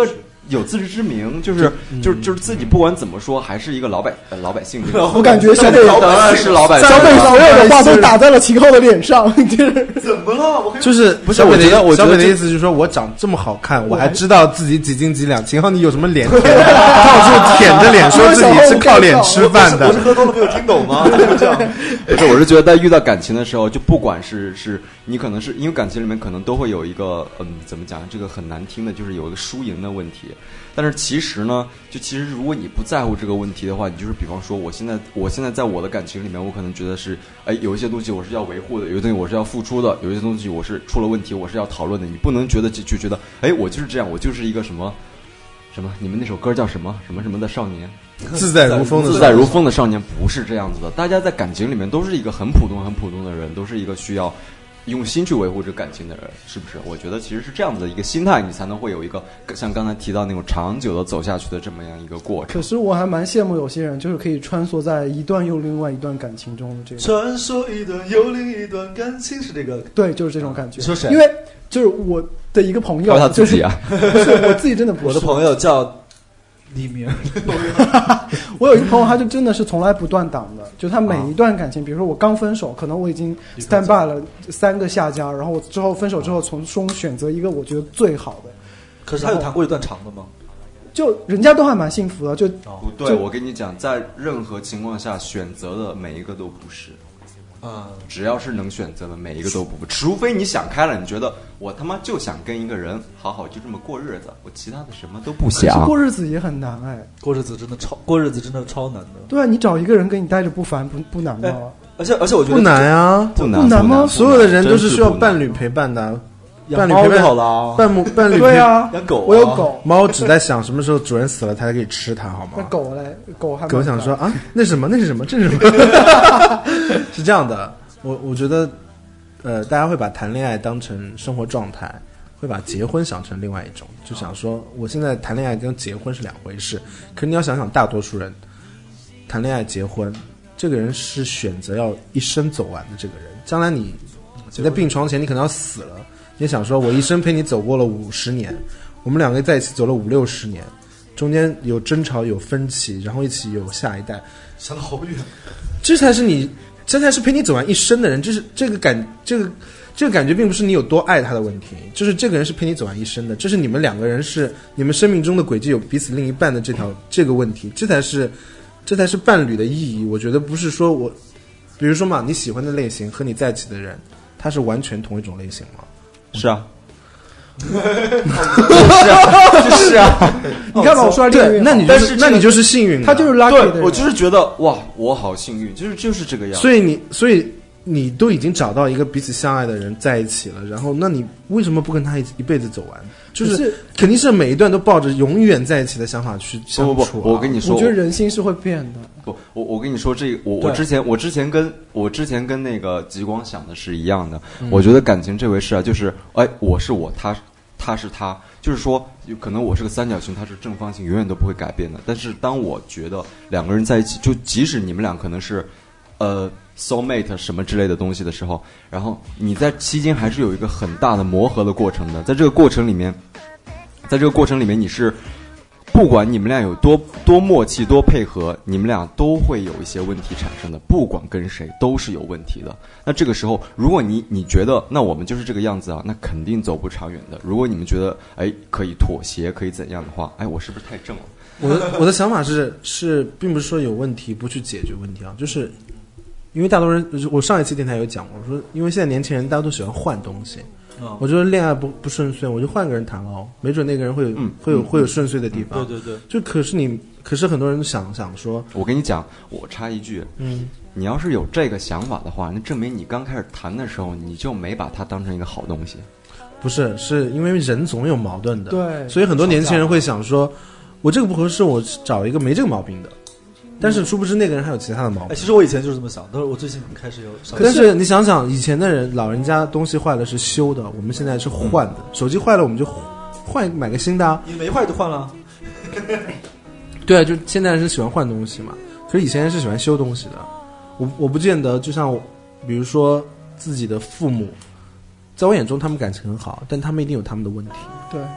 有自知之明，就是就是就是自己不管怎么说，还是一个老百呃老百姓。 我感觉小北当然是老百姓， 小北所有的话都打在了秦昊的脸上，就是怎么了？我就是不是我觉得我觉得小北的意思就是说我长这么好看，我还知道自己几斤几两。秦昊，你有什么脸舔？到处舔着脸说自己是靠脸吃饭的。 我是喝多了没有听懂吗？这样不是，我是觉得在遇到感情的时候，就不管是是你可能是因为感情里面可能都会有一个嗯怎么讲，这个很难听的，就是有一个输赢的问题。但是其实呢，就其实如果你不在乎这个问题的话，你就是比方说，我现在我现在在我的感情里面，我可能觉得是，哎，有一些东西我是要维护的，有一些东西我是要付出的，有一些东西我是出了问题我是要讨论的。你不能觉得就就觉得，哎，我就是这样，我就是一个什么什么，你们那首歌叫什么什么什么的少年。 自在如风的自在如风的少年不是这样子的，大家在感情里面都是一个很普通很普通的人，都是一个需要用心去维护这感情的人，是不是？我觉得其实是这样子的一个心态，你才能会有一个像刚才提到那种长久的走下去的这么样一个过程。 可是我还蛮羡慕有些人，就是可以穿梭在一段又另外一段感情中的这个。 传说一段又另一段感情是这个， 对，就是这种感觉。 你说谁？ 因为就是我的一个朋友， 他自己啊， 就是、不是我自己真的不是。 我的朋友叫李明， 我有一个朋友，他就真的是从来不断档的，就他每一段感情，比如说我刚分手，可能我已经 stand by 了三个下家，然后我之后分手之后从中选择一个我觉得最好的。 可是他有谈过一段长的吗？ 就人家都还蛮幸福的，就不对，我跟你讲，在任何情况下选择的每一个都不是。 啊、嗯， 只要是能选择的每一个都不，除非你想开了，你觉得我他妈就想跟一个人好好就这么过日子，我其他的什么都不想。 过日子也很难哎， 过日子真的超过日子真的超难的。 对啊，你找一个人跟你待着不烦不不难吗？ 哎、而且而且我觉得不难啊， 不难不难吗？ 所有的人都是需要伴侣陪伴的。伴侣陪伴好了， 伴侣伴侣对啊， 养狗、啊， 我有狗。 猫只在想什么时候主人死了，它才可以吃它，好吗？ 那狗嘞，狗还狗想说啊，那是什么？那是什么？这是什么？是这样的。我我觉得，呃，大家会把谈恋爱当成生活状态，会把结婚想成另外一种，就想说我现在谈恋爱跟结婚是两回事。可是你要想想，大多数人谈恋爱结婚，这个人是选择要一生走完的这个人。将来你你在病床前，你可能要死了，你也想说我一生陪你走过了五十年，我们两个在一起走了五六十年，中间有争吵有分歧，然后一起有下一代， 想得好远， 这才是你。这才是陪你走完一生的人，这是这个感，这个这个感觉并不是你有多爱他的问题，就是这个人是陪你走完一生的，这是你们两个人是你们生命中的轨迹有彼此另一半的这条这个问题，这才是这才是伴侣的意义。我觉得不是说我，比如说嘛，你喜欢的类型和你在一起的人，他是完全同一种类型吗？ 是啊。是啊，就是啊， 你看吧，我说这个， 那你就是，那你就是幸运的， 他就是 lucky 的人。 我就是觉得哇，我好幸运，就是就是这个样子。 所以你，所以你都已经找到一个彼此相爱的人在一起了，然后那你为什么不跟他一一辈子走完？就是肯定是每一段都抱着永远在一起的想法去相处、啊。 不不不，我跟你说， 我觉得人心是会变的。 不，我我跟你说这个，我我之前我之前跟我之前跟那个极光想的是一样的。嗯、我觉得感情这回事啊，就是哎，我是我，他他是他，就是说，可能我是个三角形，他是正方形，永远都不会改变的。但是当我觉得两个人在一起，就即使你们俩可能是，呃 soul mate 什么之类的东西的时候，然后你在期间还是有一个很大的磨合的过程的。在这个过程里面，在这个过程里面，你是不管你们俩有多多默契、多配合，你们俩都会有一些问题产生的。不管跟谁都是有问题的。那这个时候，如果你你觉得那我们就是这个样子啊，那肯定走不长远的。如果你们觉得哎可以妥协，可以怎样的话，哎我是不是太正了？ 我的我的想法是是，并不是说有问题不去解决问题啊，就是因为大多人，我上一期电台有讲过，我说因为现在年轻人大家都喜欢换东西。哦、我觉得恋爱不不顺遂，我就换个人谈喽，没准那个人会有、嗯、会有、嗯、会有顺遂的地方。 对对对， 就可是你，可是很多人想想说， 我跟你讲，我插一句，嗯，你要是有这个想法的话，那证明你刚开始谈的时候，你就没把它当成一个好东西。 不是，是因为人总有矛盾的， 对， 所以很多年轻人会想说，我这个不合适，我找一个没这个毛病的。但是殊不知那个人还有其他的毛病。 哎，其实我以前就是这么想，但是我最近开始有。 但是你想想，以前的人，老人家东西坏了是修的，我们现在是换的。嗯、手机坏了我们就换买个新的、啊。 你没坏就换了。 对啊，就现在是喜欢换东西嘛，可是以前是喜欢修东西的。我我不见得，就像比如说自己的父母，在我眼中他们感情很好，但他们一定有他们的问题。 对。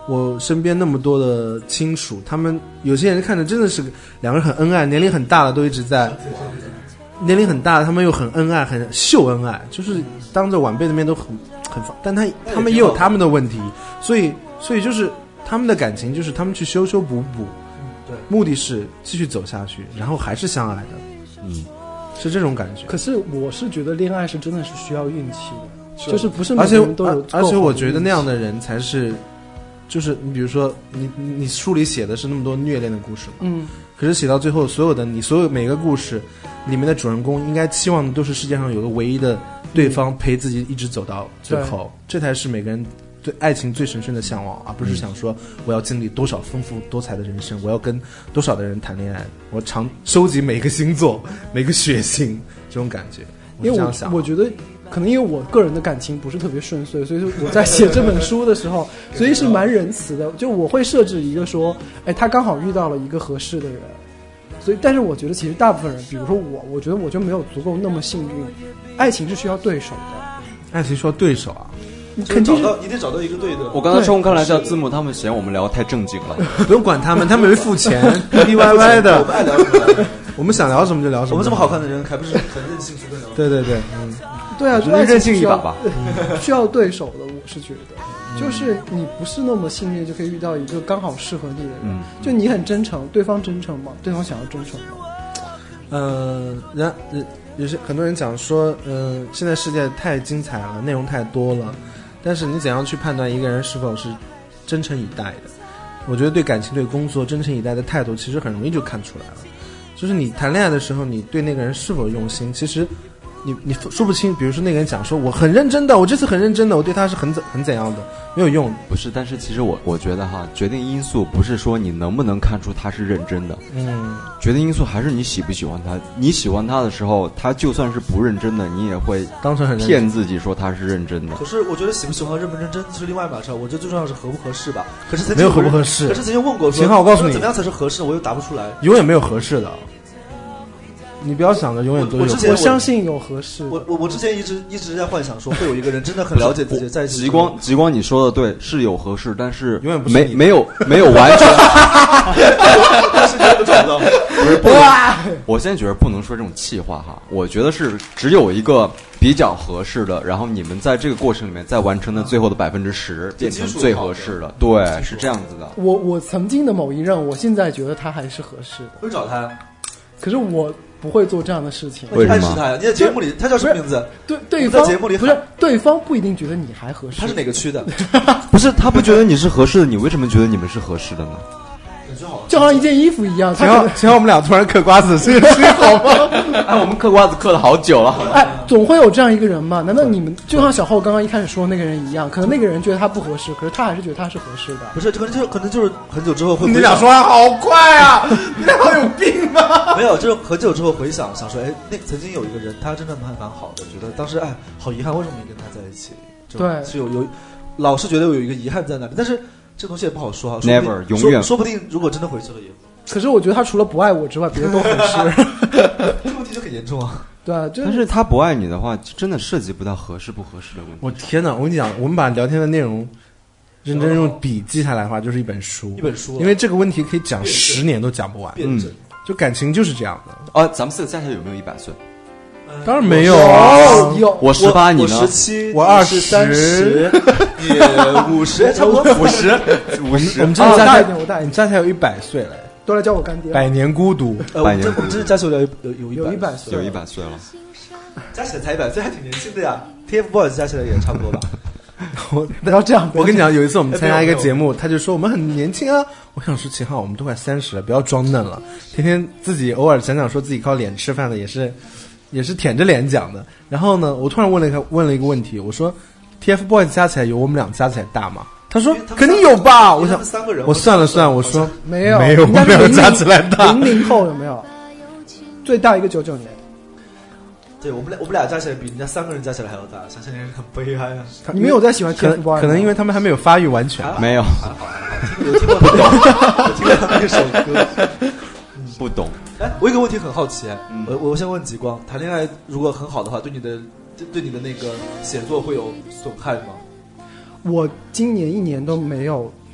我身边那么多的亲属，他们有些人看着真的是两个人很恩爱，年龄很大了都一直在，年龄很大了他们又很恩爱，很秀恩爱，就是当着晚辈的面都很很，但他他们也有他们的问题，所以所以就是他们的感情就是他们去修修补补， 对， 目的是继续走下去，然后还是相爱的，嗯，是这种感觉。 可是我是觉得恋爱是真的是需要运气的，是就是不是每而且个人都有， 而且我觉得那样的人才是。就是你比如说你你书里写的是那么多虐恋的故事嘛， 嗯， 可是写到最后所有的你所有每个故事里面的主人公应该期望的都是世界上有个唯一的对方陪自己一直走到最后，这才是每个人对爱情最神圣的向往，而不是想说我要经历多少丰富多彩的人生，我要跟多少的人谈恋爱，我常收集每个星座每个血型这种感觉。 因为我我觉得可能因为我个人的感情不是特别顺遂，所以说我在写这本书的时候所以是蛮仁慈的，就我会设置一个说哎，他刚好遇到了一个合适的人，所以但是我觉得其实大部分人比如说我我觉得我就没有足够那么幸运，爱情是需要对手的， 爱情需要对手啊， 你肯定你得找到一个对的。 我刚才冲开玩笑，字幕他们嫌我们聊太正经了， 不用管他们，他们没付钱，唧唧歪歪的。 我们爱聊什么？ 我们想聊什么就聊什么。 我们这么好看的人，还不是很任性随便聊？ 对对对，嗯， 对啊，就任性一把吧。 需要对手的，我是觉得，就是你不是那么幸运就可以遇到一个刚好适合你的人，嗯、就你很真诚，对方真诚吗？对方想要真诚吗？ 呃，人有些很多人讲说，嗯、呃，现在世界太精彩了，内容太多了，但是你怎样去判断一个人是否是真诚以待的？我觉得对感情、对工作真诚以待的态度，其实很容易就看出来了。就是你谈恋爱的时候，你对那个人是否用心，其实你你说不清。比如说那个人讲说我很认真的，我这次很认真的，我对他是很怎很怎样的，没有用。 不是，但是其实我我觉得哈，决定因素不是说你能不能看出他是认真的，嗯，决定因素还是你喜不喜欢他。你喜欢他的时候，他就算是不认真的，你也会当成很骗自己说他是认真的。 可是我觉得喜不喜欢、认不认真是另外一码事，我觉得最重要是合不合适吧。可是曾经没有合不合适， 可是曾经问过说， 秦昊，我告诉你， 怎么样才是合适？我又答不出来。 永远没有合适的。你不要想着永远都有， 我之前我相信有合适。 我我我之前一直一直在幻想说，会有一个人真的很了解自己，在一起。 极光极光，你说的对，是有合适，但是永远不是没没有没有完全。 但是你都找不到。 不是不是，我现在觉得不能说这种气话哈。我觉得是只有一个比较合适的，然后你们在这个过程里面再完成的最后的百分之十，变成最合适的。对，是这样子的。 我我曾经的某一任，我现在觉得他还是合适的， 会找他。 可是我不会做这样的事情。 为什么？ 他呀？你在节目里，他叫什么名字？ 对，对方在节目里不是对方不一定觉得你还合适。 他是哪个区的？ 不是，他不觉得你是合适的，你为什么觉得你们是合适的呢？ 就好像一件衣服一样。 前后前后我们俩突然嗑瓜子，这个是好吗？ 哎，我们嗑瓜子嗑了好久了。 哎，总会有这样一个人嘛？难道你们就像小厚刚刚一开始说那个人一样？可能那个人觉得他不合适，可是他还是觉得他是合适的。 不是，可能就是可能就是很久之后会。 你俩说话好快啊！你俩好有病啊！ 没有，就是很久之后回想，想说，哎，那曾经有一个人，他真的蛮蛮好的，觉得当时哎，好遗憾，为什么没跟他在一起？ 对， 是有有，老是觉得有一个遗憾在那里，但是这东西也不好说哈。 Never 永远， 说不定如果真的回去了也。 可是我觉得他除了不爱我之外，别的都合适。 这个问题就很严重啊。 对啊，就但是他不爱你的话，真的涉及不到合适不合适的问题。 我天哪！我跟你讲，我们把聊天的内容认真用笔记下来的话，就是一本书。 一本书， 因为这个问题可以讲十年都讲不完。 嗯， 就感情就是这样的。 哦，咱们四个加起来有没有一百岁？ 当然没有啊！ 有， 我十八，你呢？ 我十七， 我二十， 三十，也五十，差不多五十，五十。 我们真的加起来，我大你加起来有一百岁了。 都来叫我干爹。 百年孤独， 呃，我们这我们这是加起来有有有一百岁， 有一百岁了， 加起来才一百岁，还挺年轻的呀。T F Boys 加起来也差不多吧。 我不要这样。 我跟你讲，有一次我们参加一个节目，他就说我们很年轻啊。我想说秦昊，我们都快三十了，不要装嫩了，天天自己偶尔讲讲说自己靠脸吃饭的，也是也是舔着脸讲的。然后呢，我突然问了一个问了一个问题，我说 T F Boys 加起来有我们俩加起来大吗？他说肯定有吧。我想三个人， 我算了算，我说没有没有，我们俩加起来大。 零零后有没有？最大一个九九年。 对，我们俩我们俩加起来比人家三个人加起来还要大，想想也很悲哀啊。 你没有在喜欢 T F Boys？ 可能因为他们还没有发育完全。 没有。 有听过他们？有听过他们那首歌？ 不懂。 哎，我有个问题很好奇，嗯、我我先问极光，谈恋爱如果很好的话，对你的对你的那个写作会有损害吗？ 我今年一年都没有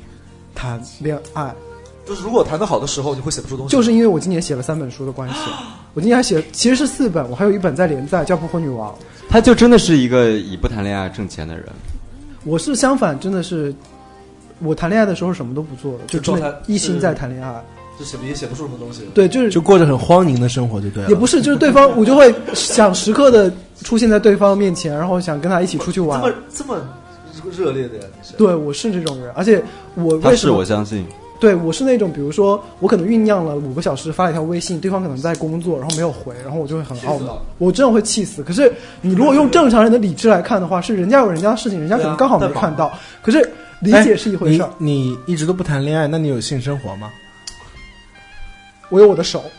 谈恋爱。 就是如果谈得好的时候，你会写不出东西。 就是因为我今年写了三本书的关系，我今年还写其实是四本，我还有一本在连载，叫《不婚女王》。 他就真的是一个以不谈恋爱挣钱的人。 我是相反，真的是我谈恋爱的时候什么都不做的，就真的一心在谈恋爱， 就写也写不出什么东西。 对，就是就过着很荒淫的生活就对了。 也不是，就是对方，我就会想时刻的出现在对方面前，然后想跟他一起出去玩。 这么这么热烈的呀，你是？ 对，我是这种人，而且我他是我相信。 对，我是那种，比如说我可能酝酿了五个小时发了一条微信，对方可能在工作，然后没有回，然后我就会很懊恼，我真的会气死。可是你如果用正常人的理智来看的话，是人家有人家的事情，人家可能刚好没看到。可是理解是一回事。 你你一直都不谈恋爱，那你有性生活吗？ 我有我的手。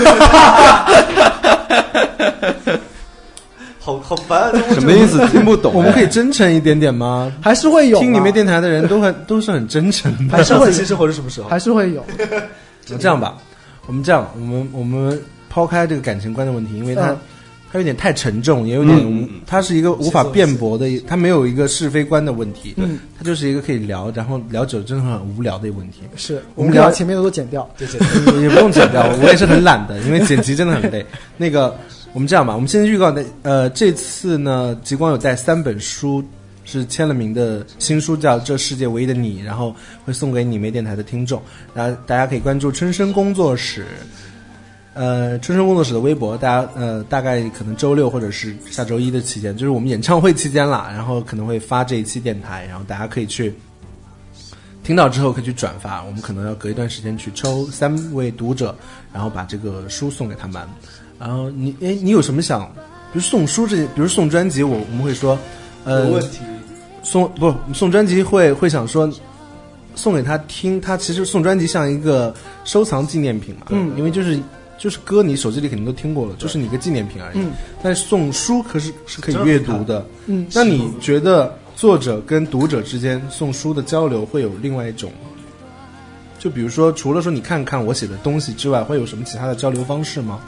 好好烦、啊， 什么意思？听不懂。 我们可以真诚一点点吗？ 还是会有。 听你们电台的人都很都是很真诚的。 还是会性生活是什么时候？ 还是会有。 这样吧，我们这样，我们我们抛开这个感情观的问题，因为它、嗯、它有点太沉重，也有点、嗯、它是一个无法辩驳的，它没有一个是非观的问题，嗯，它就是一个可以聊，然后聊久真的很无聊的一个问题。 是我们聊前面的都剪掉， 对剪掉也不用剪掉，我也是很懒的，因为剪辑真的很累。那个。我们这样吧，我们先预告的，呃，这次呢，极光有带三本书，是签了名的新书，叫《这世界唯一的你》，然后会送给你没电台的听众，然后大家可以关注春生工作室，呃，春生工作室的微博，大家呃，大概可能周六或者是下周一的期间，就是我们演唱会期间啦，然后可能会发这一期电台，然后大家可以去听到之后可以去转发，我们可能要隔一段时间去抽三位读者，然后把这个书送给他们。然后你哎，你有什么想，比如送书这，比如送专辑，我我们会说，呃， 有问题。 送不送专辑会会想说，送给他听，他其实送专辑像一个收藏纪念品嘛，嗯，因为就是就是歌你手机里肯定都听过了，就是你一个纪念品而已。嗯，但是送书可是是可以阅读的，嗯，那你觉得作者跟读者之间送书的交流会有另外一种？就比如说，除了说你看看我写的东西之外，会有什么其他的交流方式吗？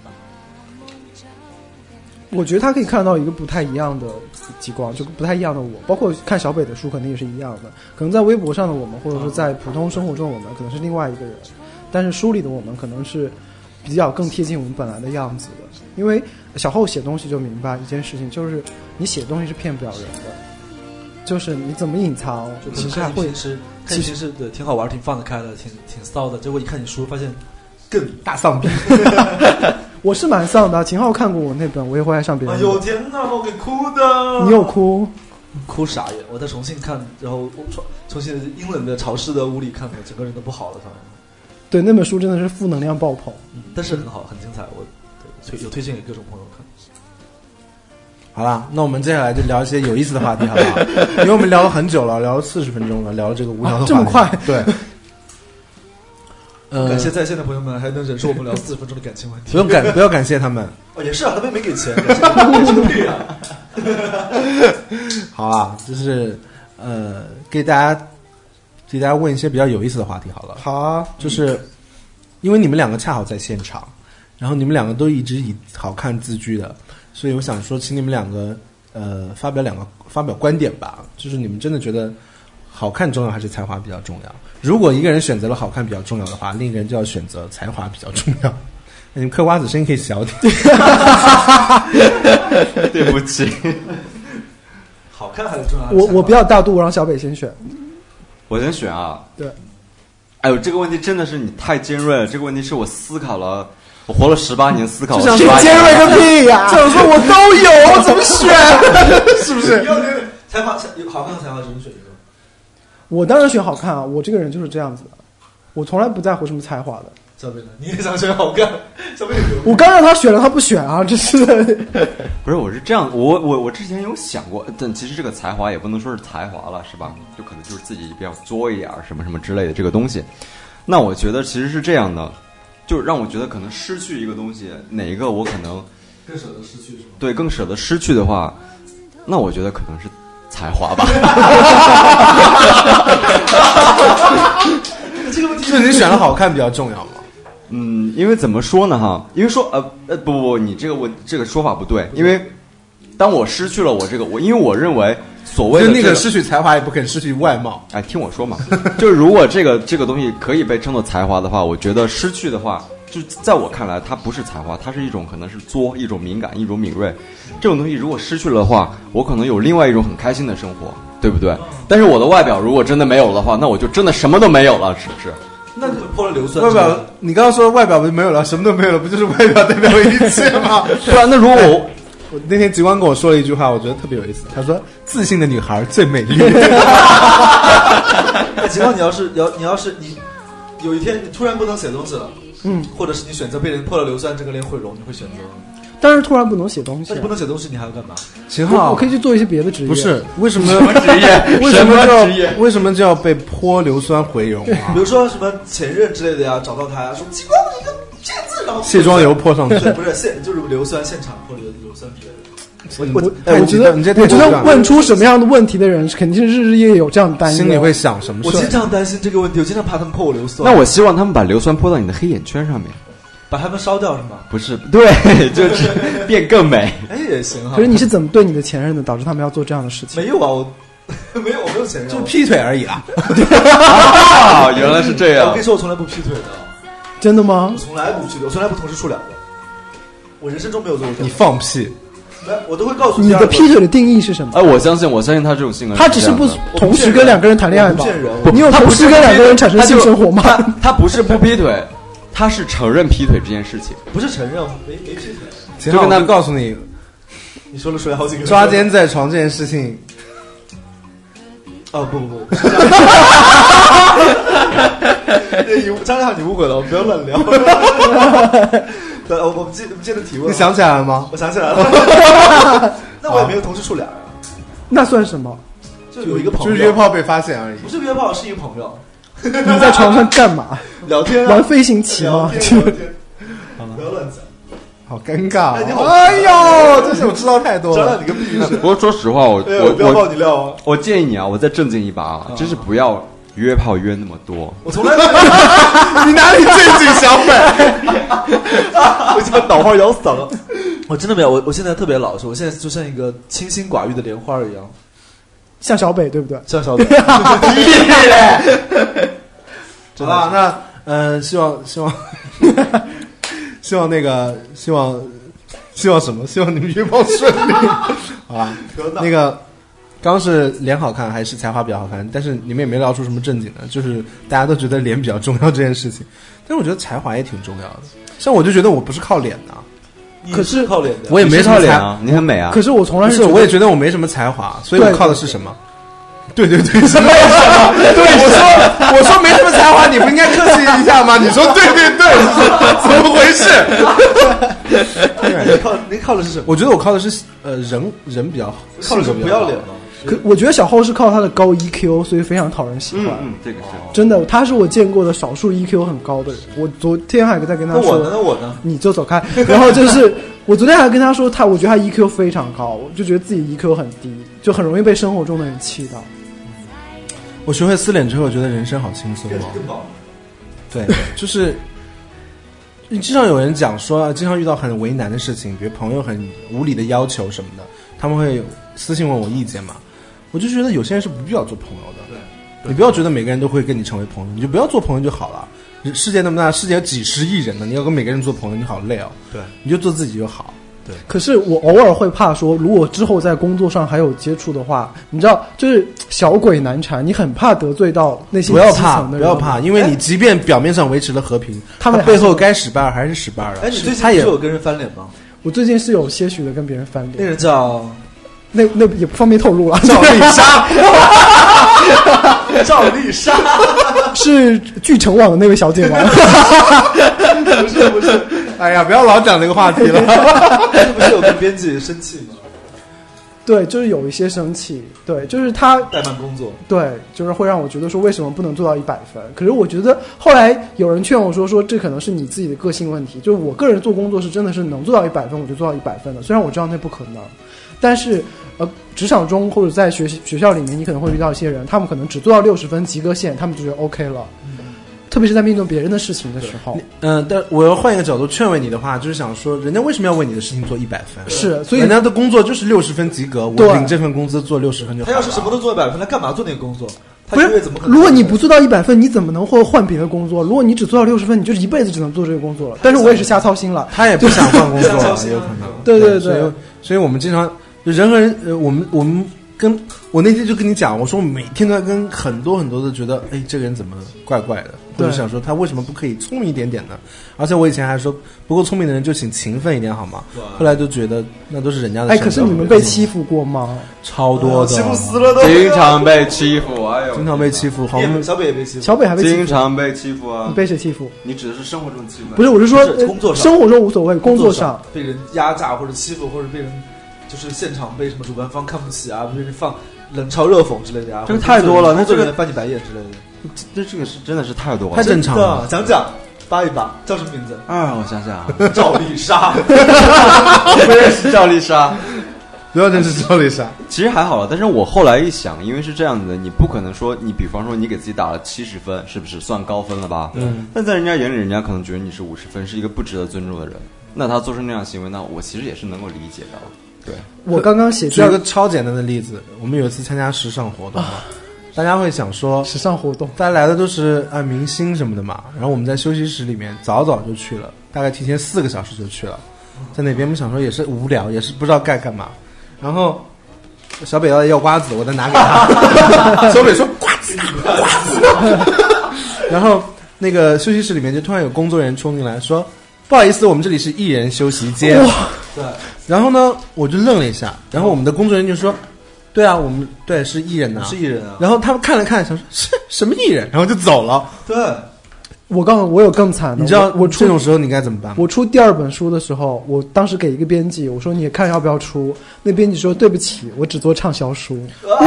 我觉得他可以看到一个不太一样的极光，就不太一样的我，包括看小北的书肯定也是一样的。可能在微博上的我们，或者说在普通生活中的我们，可能是另外一个人，但是书里的我们可能是比较更贴近我们本来的样子的。因为小后写东西就明白一件事情，就是你写东西是骗不了人的，就是你怎么隐藏， 就其实还会是其实是对挺好玩、挺放得开的、挺挺骚的。结果一看你书，发现更大丧逼。 我是蛮丧的，秦昊看过我那本，我也会爱上别人。 哎呦天哪，我给哭的！ 你有哭？ 哭傻眼！我在重庆看，然后重重庆阴冷的潮湿的屋里看的，整个人都不好了。反正对那本书真的是负能量爆棚， 嗯、但是很好，很精彩。我推有推荐给各种朋友看。 好啦，那我们接下来就聊一些有意思的话题，好不好？因为我们聊了很久了，聊了四十分钟了，聊了这个无聊的话题、 啊、这么快？ 对。 呃，感谢在线的朋友们还能忍受我们聊四十分钟的感情问题。 不用感，不要感谢他们。 哦，也是啊，他们没给钱，感谢他们收费啊。 好啊，就是呃，给大家给大家问一些比较有意思的话题好了。 好啊， 就是因为你们两个恰好在现场，然后你们两个都一直以好看自居的，所以我想说，请你们两个呃发表两个发表观点吧，就是你们真的觉得好看重要还是才华比较重要？如果一个人选择了好看比较重要的话，另一个人就要选择才华比较重要。那你们嗑瓜子声音可以小点。 对不起。 好看还是重要？ 我我比较大度，我让小北先选。 我先选啊。 对。 哎呦，这个问题真的是你太尖锐了。这个问题是我思考了，我活了十八年，思考了十八年。 尖锐个屁呀！这样说我都有，我怎么选？是不是？ 才华有好看的才华只能选一个。 我当然选好看啊！我这个人就是这样子的，我从来不在乎什么才华的。 小北呢？你也想选好看？小北我刚让他选了，他不选啊！这是不是？我是这样，我我我之前有想过，但其实这个才华也不能说是才华了，是吧？就可能就是自己比较作一点什么什么之类的这个东西。那我觉得其实是这样的，就让我觉得可能失去一个东西，哪一个我可能更舍得失去是吗？ 对，更舍得失去的话，那我觉得可能是才华吧。 这个问题是你选了好看比较重要吗？ 嗯，因为怎么说呢哈？因为说呃呃不不不，你这个问这个说法不对，因为当我失去了我这个我，因为我认为所谓的、 就这个、 那个失去才华也不肯失去外貌。 哎，听我说嘛，就是如果这个这个东西可以被称作才华的话，我觉得失去的话，就在我看来，它不是才华，它是一种可能是作，一种敏感，一种敏锐。这种东西如果失去了的话，我可能有另外一种很开心的生活，对不对？但是我的外表如果真的没有的话，那我就真的什么都没有了，是不是？ 那泼了硫酸， 外表，你刚刚说外表没有了，什么都没有了，不就是外表代表一切吗？ 对啊，那如果我我那天极光跟我说了一句话，我觉得特别有意思。他说：“自信的女孩最美丽。” 那极光，你要是要你要是你有一天你突然不能写东西了， 嗯， 或者是你选择被人泼了硫酸，这个脸毁容，你会选择吗？ 但是突然不能写东西、啊， 那你不能写东西，你还要干嘛？ 秦昊， 我可以去做一些别的职业。 不是为什么什么职业？ 为什么就要职业？ 为什么就要被泼硫酸毁容啊？ 比如说什么前任之类的呀，找到他呀，说极光你个骗子，然后卸妆油泼上去， 对，不是现就是硫酸现场泼硫硫酸之类的。 我我哎我觉得你这我觉得问出什么样的问题的人，肯定是日日夜夜有这样的担忧， 心里会想什么事？ 我经常担心这个问题，我经常怕他们泼我硫酸。 那我希望他们把硫酸泼到你的黑眼圈上面， 把他们烧掉是吗？ 不是，对，就是变更美。 哎，也行哈。 可是你是怎么对你的前任的，导致他们要做这样的事情？ 没有啊，我没有，我没有前任， 就是劈腿而已啊！ 啊，原来是这样我跟你。说，我从来不劈腿的， 真的吗我？从来不劈腿，我从来不同时处两个，我人生中没有做过这你种。 放屁！ 来，我都会告诉你第二个的劈腿的定义是什么？ 哎，我相信，我相信他这种性格， 他只是不同时跟两个人谈恋爱吧我不骗人？我你有同时跟两个人产生性生活吗？ 他他不是不劈腿，他是承认劈腿这件事情。 不是承认，没没劈腿。 秦昊， 就跟他我告诉你， 你说了说了好几个抓奸在床这件事情， 哦不不不，你张亮你误会了，我们不要乱聊。对，我我们接我们接着提问。 你想起来了吗？ 我想起来了，那我也没有同时处俩人， 那算什么？ 就有一个朋友， 就是约炮被发现而已。 不是约炮，是一个朋友你在床上干嘛？ 聊天啊， 玩飞行棋吗？ 聊天聊天，不要乱讲。 好尴尬、 哎你好哎呦，这是我知道太多了。 张亮你个屁事！ 不过说实话，我哎我我不要爆我你料啊！ 我建议你啊，我再正经一把啊，真是不要约炮约那么多。 我从来没你哪里正经小本？ 我已经把脑花摇死了。我真的没有，我我现在特别老实，我现在就像一个清心寡欲的莲花一样， 像小北对不对？ 像小北。 好吧，那呃，希望希望希望那个希望希望什么？希望你们约炮顺利，好吧？那个刚刚是脸好看还是才华比较好看？但是你们也没聊出什么正经的，就是大家都觉得脸比较重要这件事情。但是我觉得才华也挺重要的，像我就觉得我不是靠脸的， 可是靠脸的， 我也没什么才靠脸啊，你很美啊。 可是我从来不是， 觉得我也觉得我没什么才华，所以我对靠的是什么？对对对，是为什么？对，我说我说没什么才华，你不应该客气一下吗？你说对对对，怎么回事？ 你靠你靠的是什么？ 我觉得我靠的是呃人人比较靠的是性格比较好不要脸吗？ 可我觉得小浩是靠他的高 E Q，所以非常讨人喜欢。 嗯，这个是。 真的，他是我见过的少数 E Q 很高的人。我昨天还在跟他那我呢？ 说， 那我呢？ 你就走开。然后就是我昨天还跟他说，他我觉得他 E Q 非常高，我就觉得自己 E Q 很低，就很容易被生活中的人气到。 我学会撕脸之后，我觉得人生好轻松哦。 更棒。 对，就是经常有人讲说，经常遇到很为难的事情，比如朋友很无理的要求什么的，他们会私信问我意见嘛。我就觉得有些人是不必要做朋友的， 对， 你不要觉得每个人都会跟你成为朋友，你就不要做朋友就好了。世界那么大，世界有几十亿人呢，你要跟每个人做朋友，你好累哦。 对， 你就做自己就好。 对， 可是我偶尔会怕说，如果之后在工作上还有接触的话，你知道，就是小鬼难缠，你很怕得罪到那些不要怕， 基层的人。 不要怕，因为你即便表面上维持了和平， 他们背后该使绊还是使绊的。 哎，你最近他也是有跟人翻脸吗？ 我最近是有些许的跟别人翻脸， 那人叫那那也不方便透露了。 赵丽莎， 赵丽莎， 是巨城网的那位小姐吗？ 不是不是， 哎呀，不要老讲这个话题了。 不是有跟编辑生气吗？ 对，就是有一些生气。对，就是他怠慢工作。 对，就是会让我觉得说为什么不能做到一百分？可是我觉得后来有人劝我说，说这可能是你自己的个性问题。就是我个人做工作是真的是能做到一百分，我就做到一百分的。虽然我知道那不可能，但是呃，职场中或者在学学校里面，你可能会遇到一些人，他们可能只做到六十分及格线，他们就觉得 OK 了。 特别是在面对别人的事情的时候。 嗯、呃，但我要换一个角度劝慰你的话，就是想说，人家为什么要为你的事情做一百分？ 是，所以人家的工作就是六十分及格，我领这份工资做六十分就好了。 他要是什么都做一百分，他干嘛做那个工作？他不是一个月怎么可能？ 如果你不做到一百分，你怎么能会换别的工作？如果你只做到六十分，你就是一辈子只能做这个工作了。但是我也是瞎操心了， 他也不想换工作了，有可能。 对对对， 所以所以我们经常人和人，呃，我们我们跟我那天就跟你讲，我说我每天都在跟很多很多的觉得，哎，这个人怎么怪怪的，或者想说他为什么不可以聪明一点点呢？而且我以前还说，不够聪明的人就请勤奋一点好吗？后来就觉得那都是人家的。 哎，可是你们被欺负过吗？ 超多的， 欺负死了都， 经常被欺负，哎呦， 经常被欺负。好， 小北也被欺负， 小北还被欺负， 经常被欺负啊！ 你被谁欺负？ 你指的是生活中欺负？ 不是，我是说工作上， 生活中无所谓，工作上被人压榨或者欺负，或者被人就是现场被什么主办方看不起啊，被人放冷嘲热讽之类的呀， 这个太多了，那这个翻你白眼之类的， 这这个是真的是太多了， 太正常了。 讲讲，扒一扒，叫什么名字？ 啊，我想想， 赵丽莎， 我不认识赵丽莎， 不要认识赵丽莎。 其实还好了，但是我后来一想，因为是这样子的，你不可能说你，比方说你给自己打了七十分，是不是算高分了吧？嗯。但在人家眼里，人家可能觉得你是五十分，是一个不值得尊重的人。那他做出那样的行为，那我其实也是能够理解的。对， 我刚刚写举一个超简单的例子，我们有一次参加时尚活动嘛，大家会想说时尚活动， 大家来的都是啊明星什么的嘛，然后我们在休息室里面早早就去了，大概提前四个小时就去了，在那边我们想说也是无聊，也是不知道该干嘛，然后小北要要瓜子，我再拿给他，小北说瓜子瓜子，然后那个休息室里面就突然有工作人员冲进来说，不好意思，我们这里是艺人休息间。 对， 然后呢，我就愣了一下，然后我们的工作人员就说：“对啊，我们对是艺人呐、啊， 是艺人啊。” 然后他们看了看，想说是什么艺人，然后就走了。 对， 我告诉我有更惨的， 你知道我出这种时候你该怎么办吗？ 我出第二本书的时候，我当时给一个编辑，我说你看要不要出？那编辑说对不起，我只做畅销书。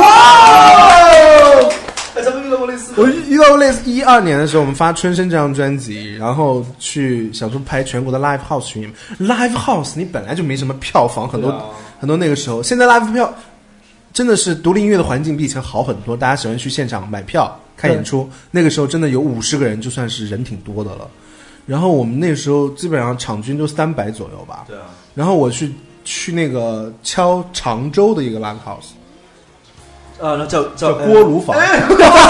哇！ 我遇到过类似一二年的时候，我们发《春生》这张专辑，然后去想说拍全国的 live house 巡演。live house 你本来就没什么票房，很多、啊、很多那个时候，现在 live 票真的是独立音乐的环境比以前好很多，大家喜欢去现场买票看演出。那个时候真的有五十个人，就算是人挺多的了。然后我们那个时候基本上场均就三百左右吧。 对啊。 然后我去去那个敲常州的一个 live house。 啊，那叫叫锅炉房，哎、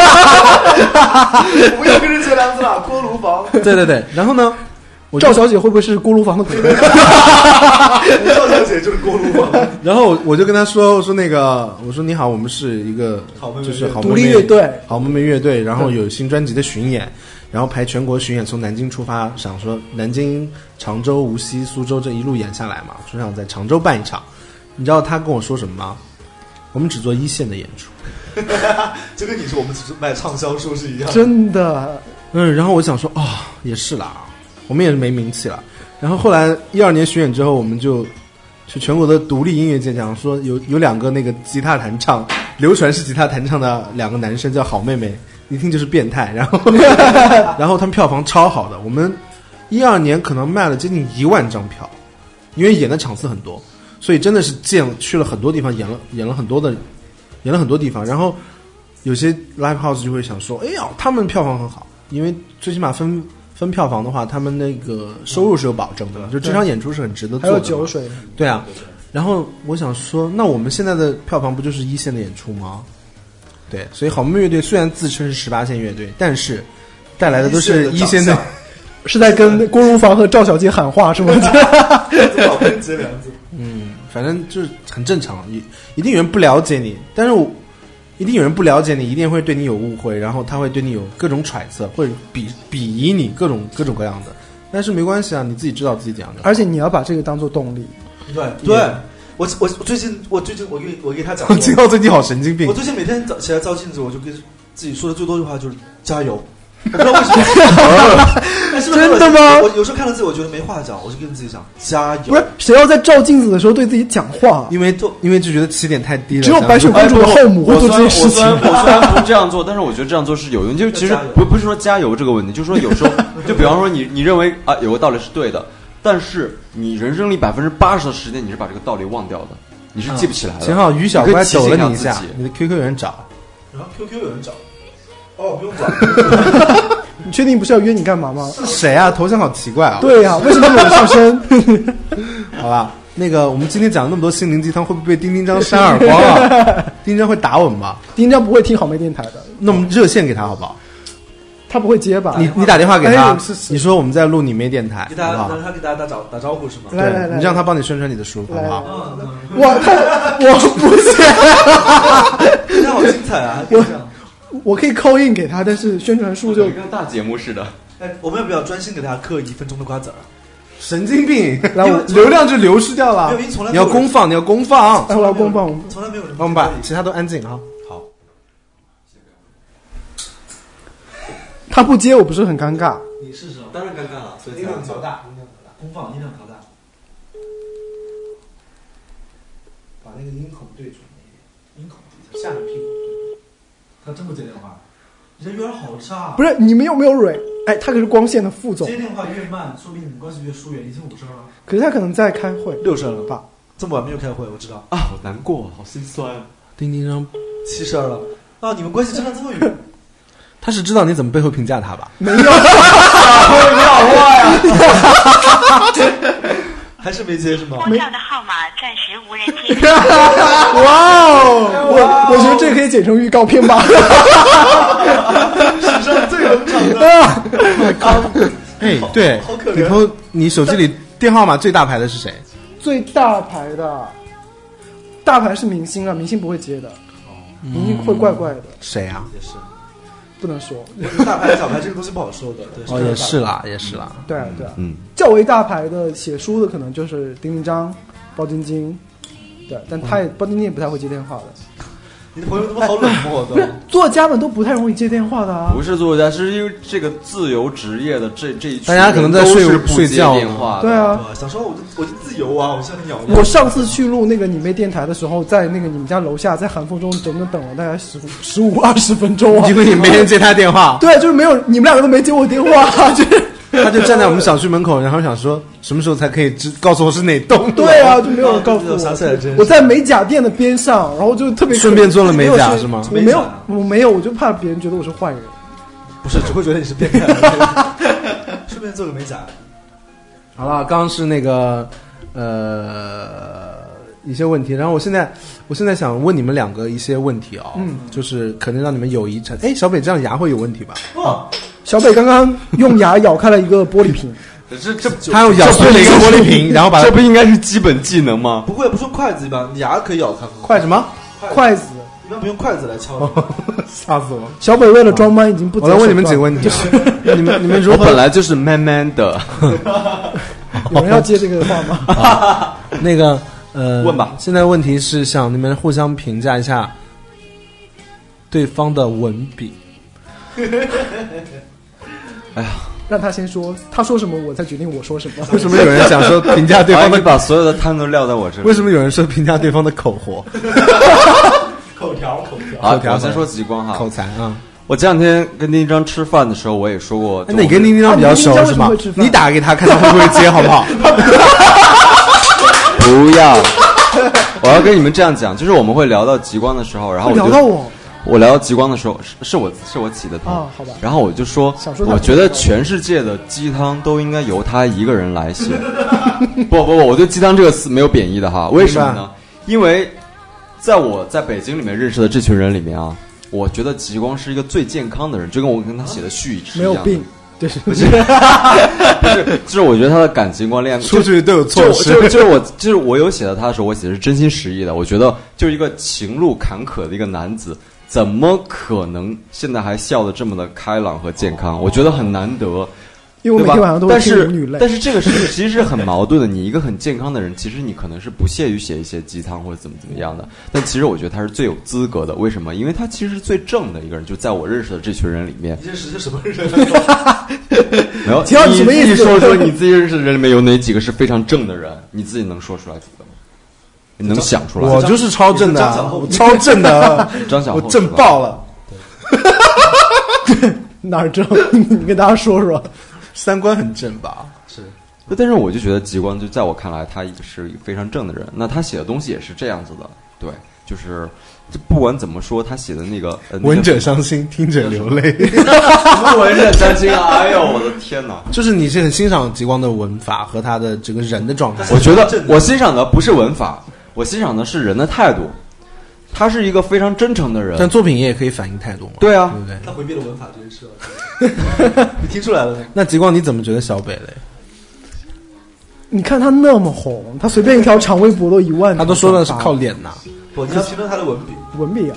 不要跟人扯梁子了，锅炉房。 对对对，然后呢， 我赵小姐会不会是锅炉房的鬼？ 赵小姐就是锅炉房。 然后我就跟她说，我说那个，我说你好，我们是一个就是好妹妹独立乐队， 好妹妹乐队，然后有新专辑的巡演，然后排全国巡演，从南京出发，想说南京、常州、无锡、苏州这一路演下来嘛，说想在常州办一场。你知道他跟我说什么吗？我们只做一线的演出， 就跟你说我们只是卖畅销书是一样的。 真的， 嗯，然后我想说，哦，也是啦，我们也是没名气了。然后后来一二年巡演之后，我们就去全国的独立音乐节讲说，有有两个那个吉他弹唱，流传是吉他弹唱的两个男生叫好妹妹，一听就是变态。然后，然后他们票房超好的，我们一二年可能卖了接近一万张票，因为演的场次很多。所以真的是见去了很多地方，演了演了很多的，演了很多地方。然后有些 live house 就会想说，哎呀，他们票房很好，因为最起码分分票房的话，他们那个收入是有保证的，就这场演出是很值得做的。 还有酒水， 对啊。然后我想说，那我们现在的票房不就是一线的演出吗？对，所以好妹妹乐队虽然自称是十八线乐队，但是带来的都是一线的。 是在跟锅炉房和赵小姐喊话是吗？ 嗯，反正就是很正常，一定有人不了解你，但是我一定有人不了解你，一定会对你有误会，然后他会对你有各种揣测，或者鄙鄙夷你各种各种各样的。但是没关系啊，你自己知道自己怎样的。 而且你要把这个当做动力。 对对，我我我最近我最近我给我给他讲， 金浩最近好神经病。 我最近每天早起来照镜子，我就跟自己说的最多的话就是加油。我不知道为什么，但是真的吗？ 我有时候看到自己，我觉得没话讲，我就跟自己讲加油。 不是谁要在照镜子的时候对自己讲话？ 因为就因为就觉得起点太低了。 只有白雪公主的后母会做这些事情。 我虽然不这样做，但是我觉得这样做是有用。就其实不不是说加油这个问题，就是说有时候，就比方说你你认为啊有个道理是对的，但是你人生里百分之八十的时间你是把这个道理忘掉的，你是记不起来的。 幸好于小乖抖了你一下，你的 Q Q 有人找， 然后 Q Q 有人找。哦，不用管。 你确定不是要约你干嘛吗？ 谁啊？头像好奇怪啊！ 对呀、啊，为什么有上身？ 好吧，那个我们今天讲了那么多心灵鸡汤，会不会被丁丁张扇耳光啊？丁丁张会打我们吧？ 丁丁张不会听好妹电台的， 那我们热线给他好不好？ 他不会接吧？ 你你打电话给他， 哎、是是你说我们在录你妹电台， 给大家， 好不好？ 让他给大家打招打招呼是吗？ 来来来， 你让他帮你宣传你的书，好不好？ 哇，他我不行， 那好精彩啊！ 我我可以call in给他，但是宣传书就跟大节目似的。 哎，我们要不要专心给大家嗑一分钟的瓜子儿？ 神经病！ 然后流量就流失掉了。你要公放，你要公放。 哎，我要公放。 从来没有人。 我们把其他都安静哈。 好。 他不接，我不是很尴尬。 你试试，当然尴尬了。所以音量调大，音量调大，公放音量调大， 把那个音孔对准一点， 音孔下面屁股。 他真不接电话，人缘好差。 不是你们有没有蕊？哎，他可是光线的副总。 接电话越慢，说明你们关系越疏远。已经五声了， 可是他可能在开会。 六声了吧？这么晚没有开会，我知道。 啊，好难过，好心酸。 丁丁张七声了啊！你们关系真的这么远？ 他是知道你怎么背后评价他吧？ 没有， 会撂话呀！还是没接是吗？ 拨叫的号码暂时无人接听。 哇哦！我我觉得这可以剪成预告片吧。 史上最冷场的。 哎，对， 好可怜。 你朋友，你手机里电话号码最大牌的是谁？ 最大牌的，大牌是明星啊，明星不会接的，明星会怪怪的。 谁啊？ 也是。 不能说， 大牌小牌这个东西不好说的。对哦，也是啦，也是啦。 对啊，对啊。 嗯， 较为大牌的写书的可能就是丁丁张、包晶晶，对，但他也、嗯、包晶晶也不太会接电话的。 你的朋友怎么好冷漠的？ 作家们都不太容易接电话的啊。 不是作家，是因为这个自由职业的这这一群大家可能在睡睡觉电话。 对啊， 想说我就我就自由啊，我像鸟一样。我上次去录那个你妹电台的时候，在那个你们家楼下，在寒风中整整等了大概十十五二十分钟啊， 因为你没人接他电话。 对，就是没有，你们两个都没接我电话，就是他就站在我们小区门口，然后想说什么时候才可以知告诉我是哪栋。 对啊，就没有人告诉我。 我我在美甲店的边上，然后就特别顺便做了美甲是吗？ 我没有，我没有，我就怕别人觉得我是坏人。 不是，只会觉得你是变态。顺便做个美甲。 好了，刚刚是那个呃一些问题，然后我现在我现在想问你们两个一些问题啊、哦，嗯，就是可能让你们友谊成。哎，小北这样牙会有问题吧？ 哦，小北刚刚用牙咬开了一个玻璃瓶。 这这他又咬碎了一个玻璃瓶，然后把它这不应该是基本技能吗？ 不会，不是用筷子一般，牙可以咬开。 筷什么？ 筷子。 一般不用筷子来敲。 吓死我！ 小北为了装 man 已经不。 我来问你们几个问题、啊。你们你们如何？ 我本来就是 man man 的。 有人要接这个话吗？ 啊、那个呃， 问吧。 现在问题是想你们互相评价一下对方的文笔。 哎呀。 让他先说，他说什么我才决定我说什么。 为什么有人想说评价对方的？ 你把所有的摊都撂在我这里。 为什么有人说评价对方的口活？ 口条，口条。 好，我先说极光哈， 口才啊。 我这两天跟丁丁张吃饭的时候，我也说过。 那你跟丁丁张比较熟、啊、是吗？你打给他，看他会不会接，好不好？ 不要，我要跟你们这样讲，就是我们会聊到极光的时候，然后我就聊到我。 我聊到极光的时候，是是我是我起的头、 哦、好吧。 然后我就说，我觉得全世界的鸡汤都应该由他一个人来写。不不不，我对鸡汤这个词没有贬义的哈。为什么呢？因为在我在北京里面认识的这群人里面啊，我觉得极光是一个最健康的人，就跟我跟他写的序是一样的。 没有病。就是不是，不是，就是我觉得他的感情观、恋爱出去都有措施。 就就是我，就是我有写到他的时候，我写的是真心实意的。我觉得，就一个情路坎坷的一个男子，怎么可能现在还笑得这么的开朗和健康？我觉得很难得。 因为我每天晚上都会听舞女泪。 但是这个是其实是很矛盾的。你一个很健康的人，其实你可能是不屑于写一些鸡汤或者怎么怎么样的。但其实我觉得他是最有资格的。为什么？因为他其实是最正的一个人，就在我认识的这群人里面。 你认识的什么人？ 没有， 你什么意思？ 你说说你自己认识的人里面有哪几个是非常正的人？你自己能说出来几个吗？你能想出来？ 我就是超正的、啊，我超正的， 张小厚， 我正爆了。 哪儿正？你跟大家说说。 三观很正吧？ 是， 但是我就觉得极光，就在我看来，他是一个非常正的人。那他写的东西也是这样子的，对， 就是这不管怎么说，他写的那个、呃、 闻者伤心，听者流泪。 什么闻者伤心啊！哎呦，我的天哪！ 就是你是很欣赏极光的文法和他的这个人的状态。 我觉得我欣赏的不是文法，我欣赏的是人的态度。他是一个非常真诚的人， 但作品也可以反映态度嘛？ 对啊， 对不对？ 他回避了文法这件事，你听出来了？ 那极光你怎么觉得小北嘞？ 你看他那么红，他随便一条长微博都一万， 他都说的是靠脸呐。 不，你要评论他的文笔， 文笔啊。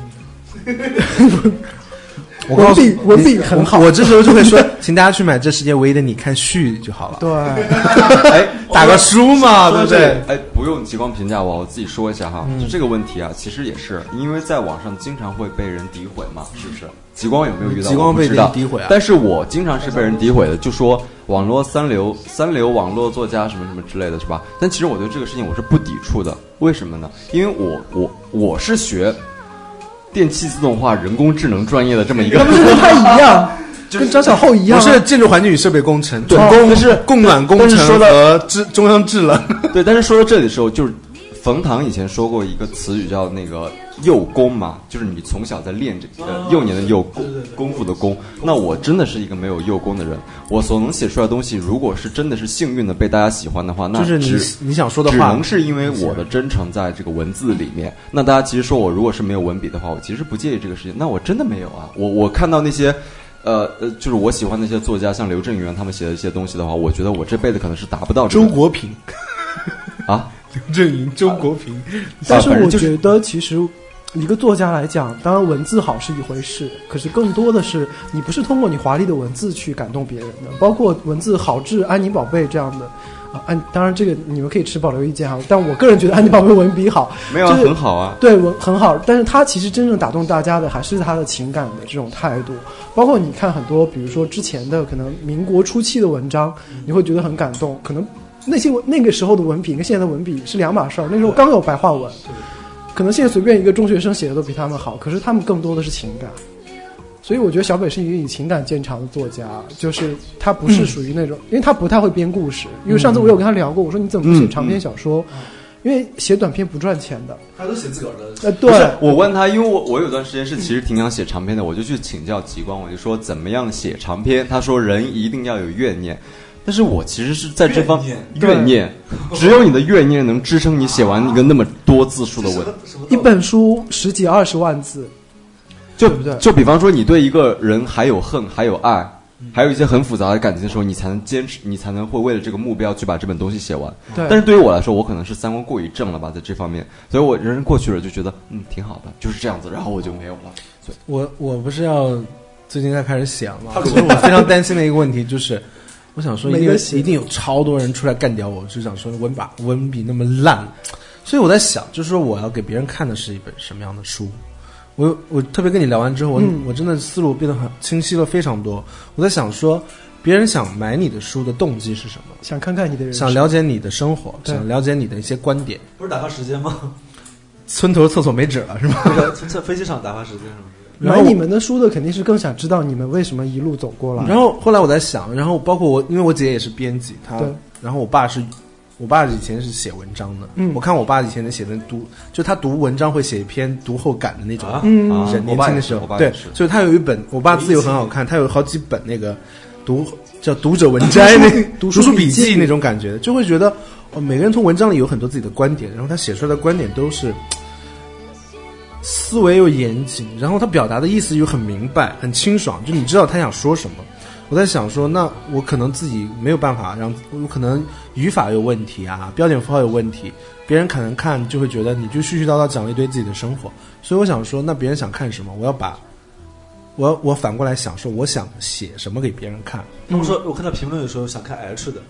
我告诉文笔文笔很好， 我, 我这时候就会说，请大家去买《这世界唯一的你》看序就好了。 对， 哎， 打个书嘛，对不对？ 哎，不用极光评价我，我自己说一下哈。 嗯、 就这个问题啊，其实也是因为在网上经常会被人诋毁嘛，是不是？极光有没有遇到？ 极光被人诋毁啊！ 但是我经常是被人诋毁的，就说网络三流、三流网络作家什么什么之类的，是吧？但其实我对这个事情我是不抵触的，为什么呢？因为我我我是学电气自动化、人工智能专业的这么一个， 他不是跟他一样，跟张小厚一样、啊。 我是建筑环境与设备工程， 对， 但是供暖工程和智中央制冷。 对，但是说到这里的时候，就是冯唐以前说过一个词语叫那个幼功嘛，就是你从小在练这个、呃、幼年的幼功，功夫的功。那我真的是一个没有幼功的人，我所能写出来的东西，如果是真的是幸运的被大家喜欢的话，那就是你你想说的话， 只能是因为我的真诚在这个文字里面。那大家其实说我如果是没有文笔的话，我其实不介意这个事情。那我真的没有啊，我我看到那些。呃呃，就是我喜欢那些作家，像刘震云他们写的一些东西的话，我觉得我这辈子可能是达不到这个。 周国平啊， 刘震云、周国平。 但是我觉得，其实一个作家来讲，当然文字好是一回事，可是更多的是你不是通过你华丽的文字去感动别人的，包括文字好致、安妮宝贝这样的。啊，安当然这个你们可以持保留意见哈，但我个人觉得安妮宝贝文笔好， 没有、啊就是、很好啊， 对文很好，但是他其实真正打动大家的还是他的情感的这种态度，包括你看很多，比如说之前的可能民国初期的文章，你会觉得很感动，可能那些那个时候的文笔跟现在的文笔是两码事儿，那时候刚有白话文，可能现在随便一个中学生写的都比他们好，可是他们更多的是情感。所以我觉得小北是一个以情感见长的作家，就是他不是属于那种、嗯、因为他不太会编故事，因为上次我有跟他聊过，我说你怎么不写长篇小说、嗯嗯、因为写短篇不赚钱的， 他都写自个儿的。 呃，对， 我问他，因为我我有段时间是其实挺想写长篇的，我就去请教极光，我就说怎么样写长篇，他说人一定要有怨念，但是我其实是在这方怨怨念，只有你的怨念能支撑你写完一个那么多字数的文， 一本书十几二十万字。 就就比方说，你对一个人还有恨，还有爱，还有一些很复杂的感情的时候，你才能坚持，你才能会为了这个目标去把这本东西写完。 对。 但是对于我来说，我可能是三观过于正了吧，在这方面，所以我人生过去了就觉得嗯挺好的，就是这样子，然后我就没有了。所以我我不是要最近在开始写了吗？其实我非常担心的一个问题就是，我想说一定一定有超多人出来干掉我，就想说文把文笔那么烂，所以我在想，就是说我要给别人看的是一本什么样的书。我我特别跟你聊完之后，我、嗯、我真的思路变得很清晰了非常多。我在想说，别人想买你的书的动机是什么？ 想看看你的人生， 想了解你的生活，想了解你的一些观点。 不是打发时间吗？ 村头厕所没纸了是吗？ 在飞机上打发时间是吗？ 买你们的书的肯定是更想知道你们为什么一路走过来。 然后后来我在想，然后包括我，因为我姐也是编辑，她，然后我爸是。我爸以前是写文章的，嗯，我看我爸以前的写的读，就他读文章会写一篇读后感的那种，嗯，人年轻的时候，对，所以他有一本，我爸字又很好看，他有好几本那个读叫读者文摘那读书笔记那种感觉，就会觉得哦，每个人从文章里有很多自己的观点，然后他写出来的观点都是思维又严谨，然后他表达的意思又很明白、很清爽，就你知道他想说什么。我在想说，那我可能自己没有办法让，我可能语法有问题啊，标点符号有问题，别人可能看就会觉得你就絮絮叨叨讲了一堆自己的生活，所以我想说，那别人想看什么，我要把，我我反过来想说，我想写什么给别人看。 那我说，我看到评论的时候想看 H 的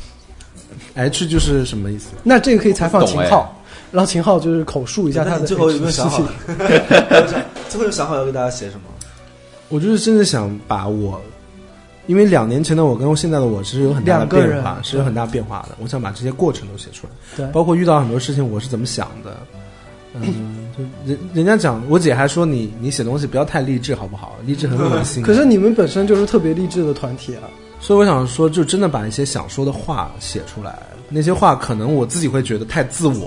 ，H 就是什么意思？ 那这个可以采访秦昊，然后秦昊就是口述一下他的。 最后有没有想好？最后有想好要给大家写什么？ 我就是真的想把我。因为两年前的我跟现在的我其实有很大的变化，是有很大变化的。我想把这些过程都写出来， 对， 包括遇到很多事情我是怎么想的。嗯，就人人家讲，我姐还说你你写东西不要太励志好不好？励志很恶心。 可是你们本身就是特别励志的团体啊， 所以我想说，就真的把一些想说的话写出来。那些话可能我自己会觉得太自我了，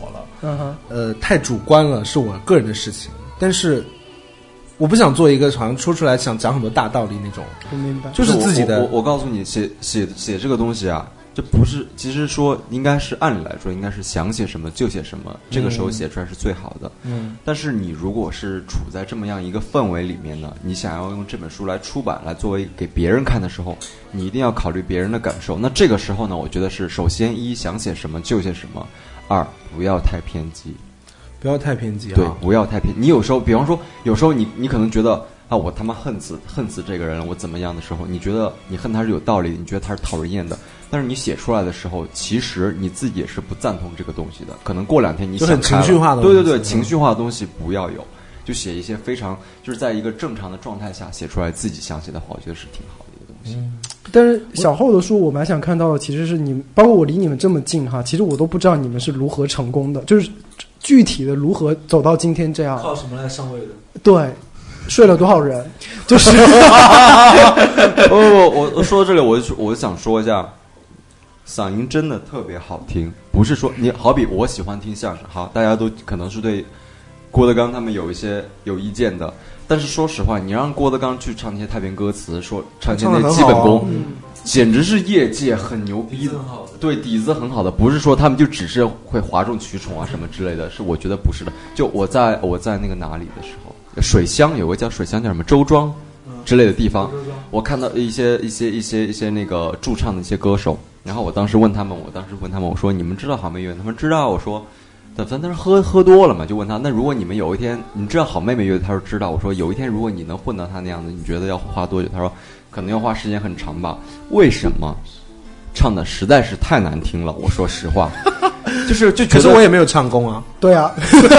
嗯哼， 呃，太主观了，是我个人的事情。但是我不想做一个好像说出来想讲很多大道理那种， 我明白， 就是自己的。 我我, 我, 我告诉你，写写写这个东西啊，这不是，其实说应该是按理来说应该是想写什么就写什么，这个时候写出来是最好的。嗯，但是你如果是处在这么样一个氛围里面呢，你想要用这本书来出版，来作为给别人看的时候，你一定要考虑别人的感受。那这个时候呢，我觉得是首先一想写什么就写什么，二不要太偏激。 不要太偏激啊！ 对，不要太偏。你有时候，比方说，有时候你你可能觉得啊，我他妈恨死恨死这个人了，我怎么样的时候，你觉得你恨他是有道理，你觉得他是讨人厌的，但是你写出来的时候，其实你自己也是不赞同这个东西的。可能过两天你想就很情绪化的， 对对对，情绪化的东西不要有，就写一些非常就是在一个正常的状态下写出来自己想写的话，我觉得是挺好的一个东西。嗯， 但是小厚的书我蛮想看到的，其实是你们，包括我离你们这么近哈，其实我都不知道你们是如何成功的，就是具体的如何走到今天这样。 靠什么来上位的？ 对，睡了多少人？就是不不，我我说到这里，我就我想说一下，嗓音真的特别好听，不是说你好比我喜欢听相声，好，大家都可能是对郭德纲他们有一些有意见的。但是说实话，你让郭德纲去唱那些太平歌词，说唱些那基本功，啊嗯、简直是业界很牛逼的，对，底子很好的，不是说他们就只是会哗众取宠啊什么之类的，是我觉得不是的。就我在我在那个哪里的时候，水乡有个叫水乡叫什么周庄之类的地方，我看到一些一些一些一些那个驻唱的一些歌手，然后我当时问他们，我当时问他们，我说你们知道好妹乐？他们知道，我说。咱咱当时喝喝多了嘛，就问他，那如果你们有一天，你知道好妹妹乐队？他说知道。我说有一天如果你能混到他那样子，你觉得要花多久？他说可能要花时间很长吧。为什么？唱的实在是太难听了。我说实话，就是就觉得， 可是我也没有唱功啊。 对啊，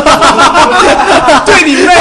对你妹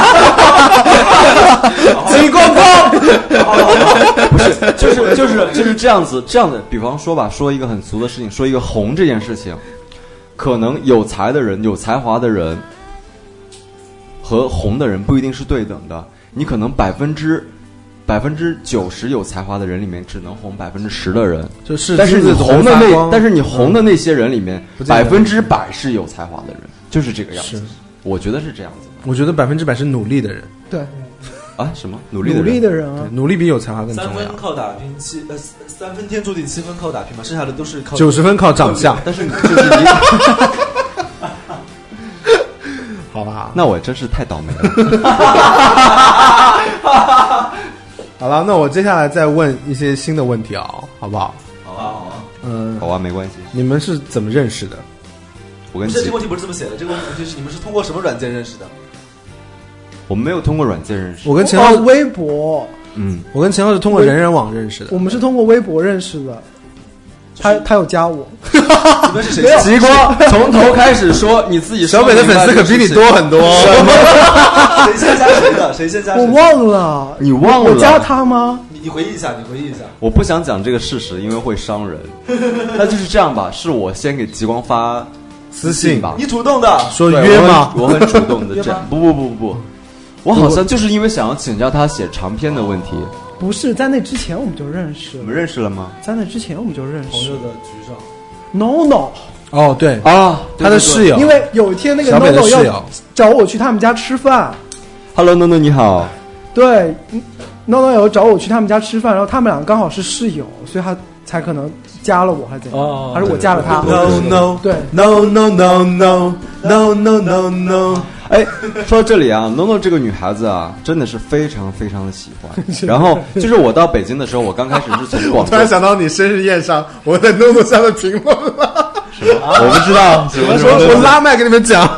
啊！激光光， 不是，就是就是就是这样子这样的。比方说吧，说一个很俗的事情，说一个红这件事情。可能有才的人、有才华的人和红的人不一定是对等的。你可能百分之百分之九十有才华的人里面，只能红百分之十的人。 就是， 但是你红的那，但是你红的那些人里面，百分之百是有才华的人，就是这个样子。我觉得是这样子。 我觉得百分之百是努力的人。 对。 啊？什么？努力的人？ 努力的人啊， 努力比有才华更重要。 三分靠打拼，七呃三分天注定，七分靠打拼嘛，剩下的都是靠九十分靠长相。 但是就是你， 好吧？ 那我真是太倒霉了。 好了，那我接下来再问一些新的问题啊、哦，好不好？ 好啊，好啊。 嗯， 好啊，没关系。 你们是怎么认识的？ 我跟这这个问题不是这么写的，这个问题是你们是通过什么软件认识的？ 我们没有通过软件认识， 我跟钱浩、 哦、微博， 嗯， 我跟钱浩是通过人人网认识的。 我们是通过微博认识的，他他有加我。 你们是谁？ 极光从头开始说你自己。 小北的粉丝可比你多很多。 谁先加谁的？谁先加谁？ 我忘了， 你忘了？ 我加他吗？ 你你回忆一下，你回忆一下。 我不想讲这个事实，因为会伤人。那就是这样吧，是我先给极光发私信吧。 你主动的说约吗？ 我很主动的这样。不不不不不。我好像就是因为想要请教他写长篇的问题。 不是，在那之前我们就认识了。 我们认识了吗？ 在那之前我们就认识。 朋友的局长 No No。 哦，对啊， 他的室友。 因为有一天那个 No No 要找我去他们家吃饭。 Hello No No 你好。 对 ，No No 有找我去他们家吃饭，然后他们俩刚好是室友，所以他才可能加了我，还是怎样？哦，还是我加了他 ？No No， 对 ，No No No No No No No No。 哎，说到这里啊 ，NoNo 这个女孩子啊，真的是非常非常的喜欢。然后就是我到北京的时候，我刚开始是从广州。 突然想到你生日宴上我在 NoNo 下的评论了。 什么？我不知道。什么？ 我我拉麦给你们讲。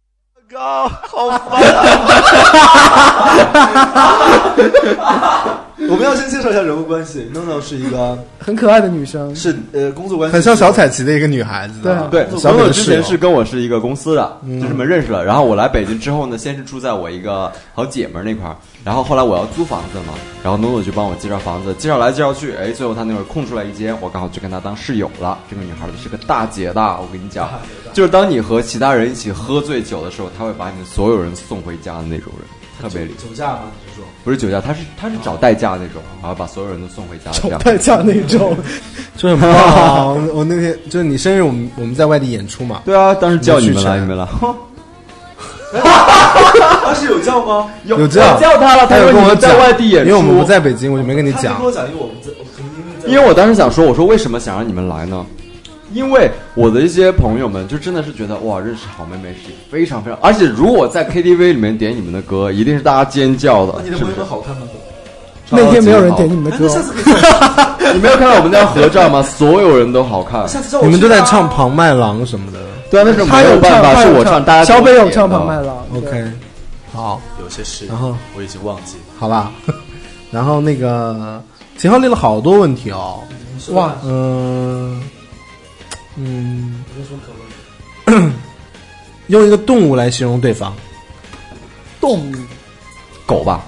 高，好烦啊！ 我们要先介绍一下人物关系。诺诺是一个很可爱的女生， 是呃工作关系很像小彩旗的一个女孩子。 对对， 小北的诺诺之前室友是跟我是一个公司的， 嗯就这么认识了。然后我来北京之后呢，先是住在我一个好姐们儿那块儿，然后后来我要租房子嘛，然后诺诺就帮我介绍房子，介绍来介绍去，哎，最后他那会儿空出来一间，我刚好就跟他当室友了。这个女孩子是个大姐大，我跟你讲，就是当你和其他人一起喝醉酒的时候，他会把你们所有人送回家的那种人，特别厉害。 酒驾吗？你是说？ 不是酒驾，他是他是找代驾那种，然后把所有人都送回家。这找样代驾那种， 就很棒。我我那天就是你生日，我们我们在外地演出嘛。 对啊，当时叫你们来， 你你们来。 他是有叫吗？ 有叫叫他了，他有跟我说你们在讲外地演出， 因为我们不在北京，我就没跟你讲他没跟。我讲，因为我们在，我可能因为在因为我当时想说，我说为什么想让你们来呢？因为我的一些朋友们就真的是觉得哇，认识好妹妹是非常非常，而且如果在 K T V 里面点你们的歌，一定是大家尖叫的啊，你的是不是朋友们？好看吗？ 那天没有人点你们的哎， 歌那，下次可以， 你没有看到我们那张合照吗？所有人都好看。 下次叫我你们都在去啊唱《庞麦郎》什么的。 对啊，那时候他有没办法， 唱，他有是我唱，大家小北有唱《 庞庞麦郎》。 OK，好， 有些事， 然后我已经忘记。 好吧。然后那个秦昊列了好多问题哦。 哇， 嗯嗯，用一个动物来形容对方。 动物狗吧，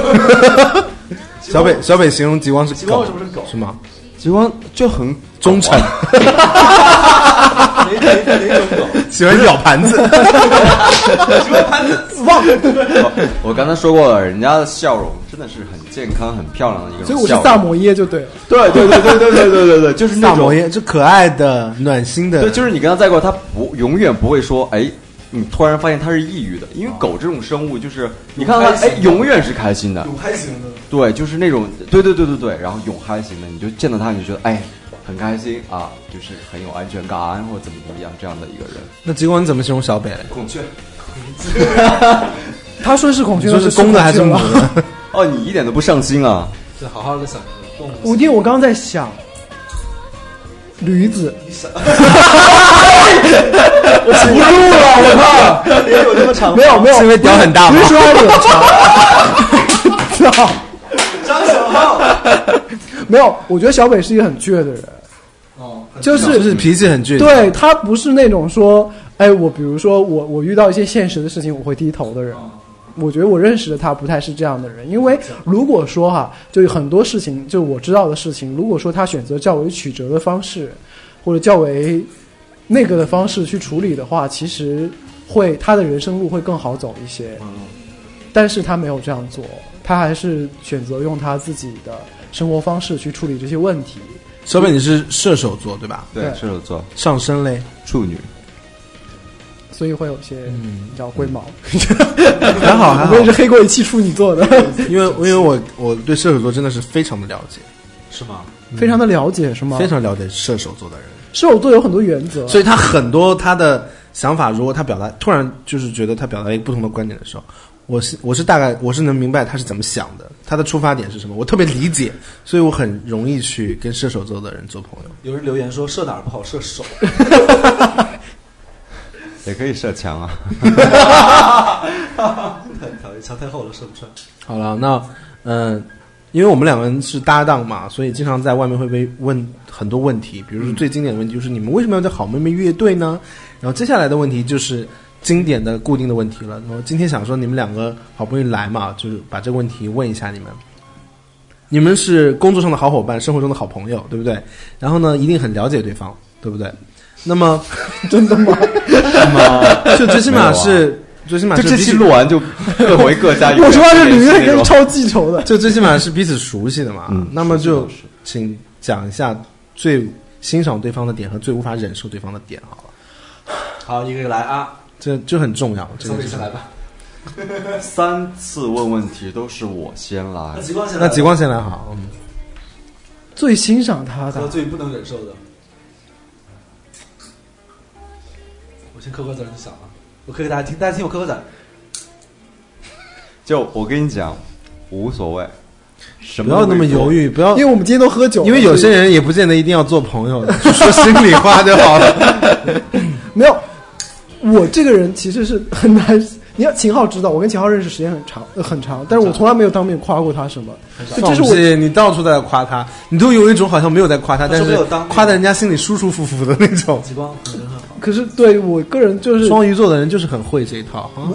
小北小北形容极光是极光狗为什么是狗？ 是吗？ 极光就很忠诚， 哪哪哪种狗？ 喜欢咬盘子。 喜欢盘子忘了。 我刚才说过了，人家的笑容真的是很健康、很漂亮的一个所以笑容。 我是萨摩耶就对了。 对对对对对对对对对，就是那种萨摩耶，这可爱的、暖心的。 对，就是你跟他在一块儿，他不永远不会说，哎，你突然发现他是抑郁的，因为狗这种生物就是你看它，哎，永远是开心的， 有开心的。 对，就是那种，对对对对对，然后永开心的，你就见到他你就觉得，哎，很开心啊，就是很有安全感或者怎么怎么样这样的一个人。 那极光你怎么形容小北嘞？ 孔雀， 他说是孔雀， 你说是公的还是母孔雀了？ 的？ 哦，你一点都不上心啊！ 对，好好的想一个动物。 我因为我刚刚在想，驴子， 我不录了，我靠！脸有这么长吗？ 没有没有， 是因为屌很大吗不是说他脸长，操， 张小浩。 没有，我觉得小北是一个很倔的人， 哦， 就是就是脾气很倔。 对他不是那种说，哎，我比如说我我遇到一些现实的事情我会低头的人。我觉得我认识的他不太是这样的人，因为如果说哈，就很多事情，就我知道的事情，如果说他选择较为曲折的方式，或者较为那个的方式去处理的话，其实会他的人生路会更好走一些。但是他没有这样做，他还是选择用他自己的生活方式去处理这些问题。 小北你是射手座对吧？ 对， 对射手座， 上升嘞， 处女。 所以会有些嗯叫龟毛， 还好还好我也是黑过一期处女座的， 因为因为我我对射手座真的是非常的了解， 是吗？ 非常的了解是吗？ 非常了解射手座的人， 射手座有很多原则， 所以他很多他的想法，如果他表达突然就是觉得他表达一个不同的观点的时候，我是我是大概我是能明白他是怎么想的，他的出发点是什么，我特别理解，所以我很容易去跟射手座的人做朋友。 有人留言说射哪儿不好射手。 也可以射墙啊！ 太讨厌，墙太厚了，射不穿。 好了，那嗯、呃，因为我们两个人是搭档嘛，所以经常在外面会被问很多问题，比如说最经典的问题就是你们为什么要叫好妹妹乐队呢？然后接下来的问题就是经典的固定的问题了。然后今天想说你们两个好不容易来嘛，就是把这个问题问一下你们。你们是工作上的好伙伴，生活中的好朋友，对不对？然后呢，一定很了解对方，对不对？那么真的吗？ 那么就最起码是、最起码就是这期彼此录完就各回各家。 我说他是驴， 那种跟超记仇的。 就最起码是彼此熟悉的嘛。 嗯那么就是请讲一下最欣赏对方的点和最无法忍受对方的点好了。 好，一个一个来啊， 这这很重要。这小个是北先来吧。 三次问问题都是我先来那，极光先来。 那极光先来好。嗯， 最欣赏他的， 和最不能忍受的。我先嗑瓜子儿，你想啊，我嗑给大家听，大家听我嗑瓜子儿。 就我跟你讲，无所谓，什不要那么犹豫。 豫，不要因为我们今天都喝酒了， 因为有些人也不见得一定要做朋友，就说心里话就好了。 没有。我这个人其实是很难， 你要秦昊知道，我跟秦昊认识时间很长呃很长，但是我从来没有当面夸过他什么。这是我你到处都在夸他，你都有一种好像没有在夸他，但是夸在人家心里舒舒服服的那种。 极光很好。 可是对我个人就是双鱼座的人就是很会这一套啊。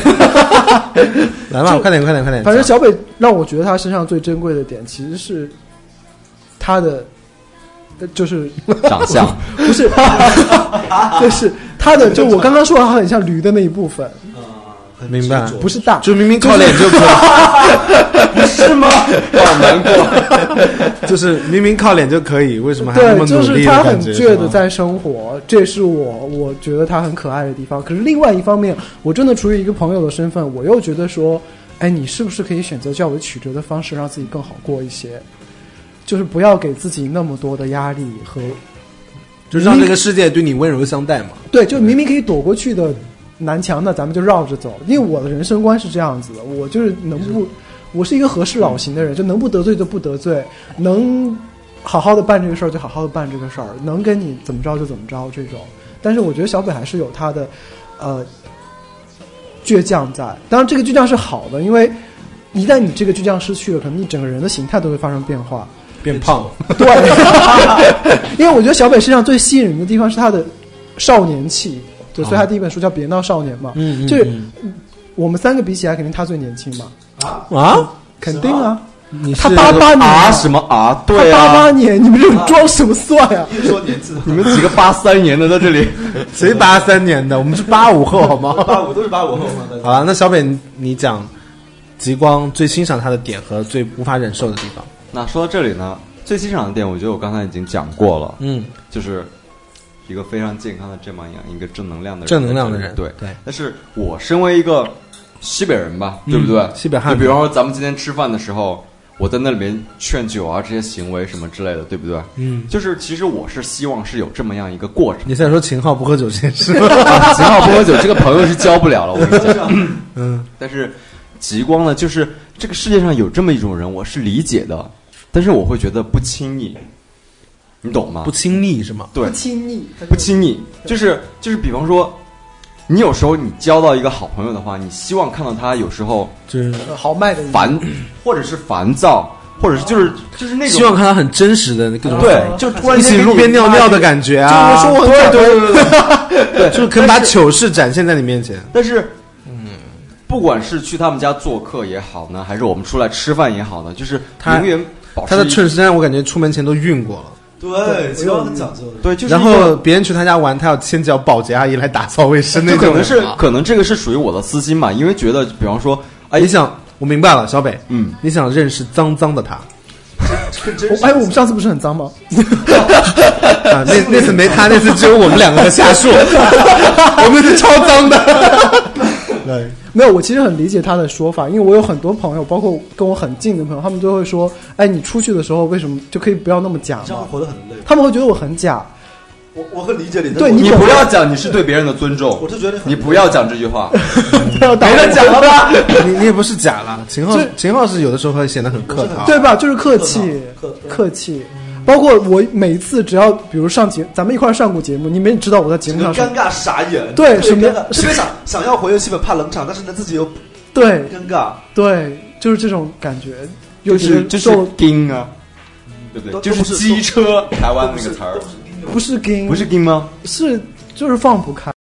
来吧，快点快点快点。 反正小北让我觉得他身上最珍贵的点其实是他的。就是长相不是就是他的就我刚刚说的他很像驴的那一部分啊， 明白不是大就明明靠脸就可以不是吗？好难过就是明明靠脸就可以为什么还那么对， 努力的感觉？ 就是他很倔的在生活，这是我我觉得他很可爱的地方。可是另外一方面，我真的出于一个朋友的身份，我又觉得说，哎，你是不是可以选择较为曲折的方式让自己更好过一些，就是不要给自己那么多的压力和就让这个世界对你温柔相待嘛。 对，就明明可以躲过去的南墙，那咱们就绕着走。因为我的人生观是这样子的，我就是能不，我是一个和事佬型的人，就能不得罪就不得罪，能好好的办这个事儿就好好的办这个事儿，能跟你怎么着就怎么着这种。但是我觉得小北还是有他的呃倔强在，当然这个倔强是好的，因为一旦你这个倔强失去了，可能你整个人的形态都会发生变化。 变胖， 对，因为我觉得小北身上最吸引人的地方是他的少年气，对，所以他第一本书叫《别闹少年》嘛， 嗯， 就是我们三个比起来，肯定他最年轻嘛， 啊啊， 肯定啊， 你他八八年啊什么啊？对啊， 他八八年，你们这种装什么蒜呀？ 一说年纪， 你们几个八三年的在这里， 谁八三年的？我们是八五后好吗？ 八五都是八五后嘛。 好了，那小北你讲极光最欣赏他的点和最无法忍受的地方。 那说到这里呢，最欣赏的点，我觉得我刚才已经讲过了， 嗯， 就是一个非常健康的这么样一个正能量的人， 正能量的人， 对对。 但是我身为一个西北人吧， 嗯、 对不对？ 西北汉， 就比方说咱们今天吃饭的时候，我在那里面劝酒啊，这些行为什么之类的，对不对？ 嗯， 就是其实我是希望是有这么样一个过程。 你在说秦昊不喝酒这件事吗？ 啊、秦昊不喝酒，这个朋友是交不了了，我跟你讲。 嗯， 但是极光呢，就是这个世界上有这么一种人，我是理解的。但是我会觉得不亲昵，你懂吗？ 不亲昵是吗？ 对， 不亲昵， 不亲昵，就是就是，比方说，你有时候你交到一个好朋友的话，你希望看到他有时候就是豪迈的烦，或者是烦躁，或者是就是就是那种希望看他很真实的各种对，就突然一起路边尿尿的感觉啊， 就是说我对对对对对，就是可能把糗事展现在你面前。 但是，嗯，不管是去他们家做客也好呢，还是我们出来吃饭也好呢，就是永远。 他的衬衫我感觉出门前都熨过了， 对，极光很讲究的， 对，就是然后别人去他家玩，他要先叫保洁阿姨来打扫卫生那种， 可能是可能这个是属于我的私心嘛，因为觉得比方说， 哎，你想，我明白了，小北， 嗯， 你想认识脏脏的他， 哎，我们上次不是很脏吗？ 啊，那那次没他，那次只有我们两个的下属，我们是超脏的。对， 没有，我其实很理解他的说法，因为我有很多朋友，包括跟我很近的朋友，他们就会说，哎，你出去的时候为什么就可以不要那么假这样嘛？ 活得很累， 他们会觉得我很假。 我我很理解你， 对你不要讲你是对别人的尊重， 我是觉得你不要讲这句话， 没人讲了吧？ 你你也不是假了，秦昊秦昊是有的时候会显得很客套， 对吧？就是客气，客气。包括我每次只要比如上节，咱们一块上过节目，你们知道我在节目上尴尬傻眼， 对，什么特别想想要回应，基本怕冷场，但是呢自己又对尴尬， 对，就是这种感觉， 就是就是硬啊，对不对？就是机车，台湾那个词儿， 不是硬， 不是硬吗？ 是就是放不开。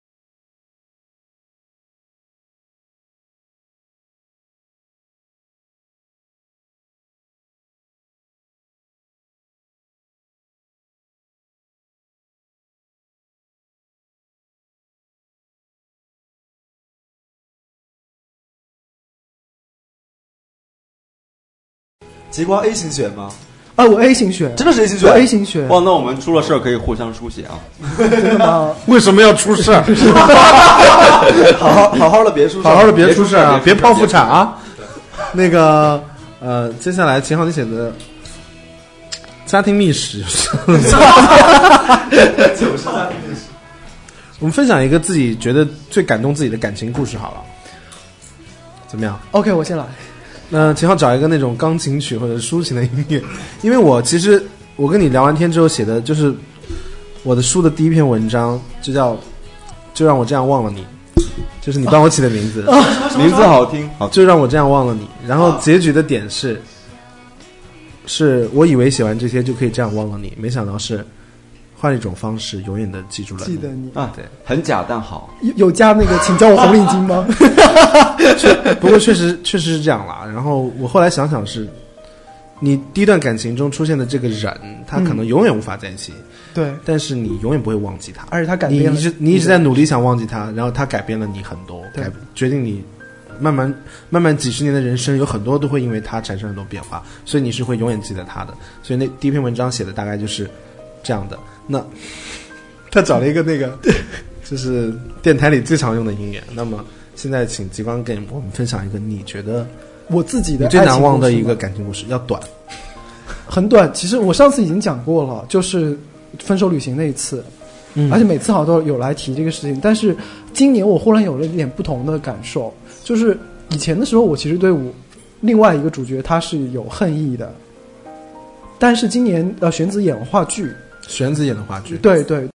极光 A 型血吗？ 啊，我 A 型血， 真的是 A 型血， 我 A 型血。 哇，那我们出了事儿可以互相书写啊！ 真的吗？ 为什么要出事儿？ 好好好好的别出事， 好好的别出事啊！别剖腹产啊！那个呃，接下来秦昊你写的家庭秘史， 就是家庭秘史。 我们分享一个自己觉得最感动自己的感情故事好了，怎么样 ？OK， 我先来。 那秦昊找一个那种钢琴曲或者抒情的音乐，因为我其实我跟你聊完天之后写的就是我的书的第一篇文章，就叫就让我这样忘了你。 就是你帮我起的名字， 名字好听，好， 就让我这样忘了你。然后结局的点是，是我以为写完这些就可以这样忘了你，没想到是换了一种方式，永远的记住了你。 记得你啊， 对， 很假但好。 有有加那个，请叫我红领巾吗？ 不过确实确实是这样啦。然后我后来想想是，你第一段感情中出现的这个人，他可能永远无法在一起， 对， 但是你永远不会忘记他， 而且他改你变了一直你一直在努力想忘记他，然后他改变了你很多， 对改决定你慢慢慢慢几十年的人生，有很多都会因为他产生很多变化，所以你是会永远记得他的。所以那第一篇文章写的大概就是这样的。那他找了一个那个就是电台里最常用的音乐。那么现在请极光跟我们分享一个你觉得我自己的你最难忘的一个感情故事，要短， 很短。其实我上次已经讲过了，就是分手旅行那一次， 嗯而且每次好像都有来提这个事情。但是今年我忽然有了一点不同的感受，就是以前的时候我其实对我另外一个主角他是有恨意的，但是今年呃玄子演了话剧， 玄子演的话剧， 对对。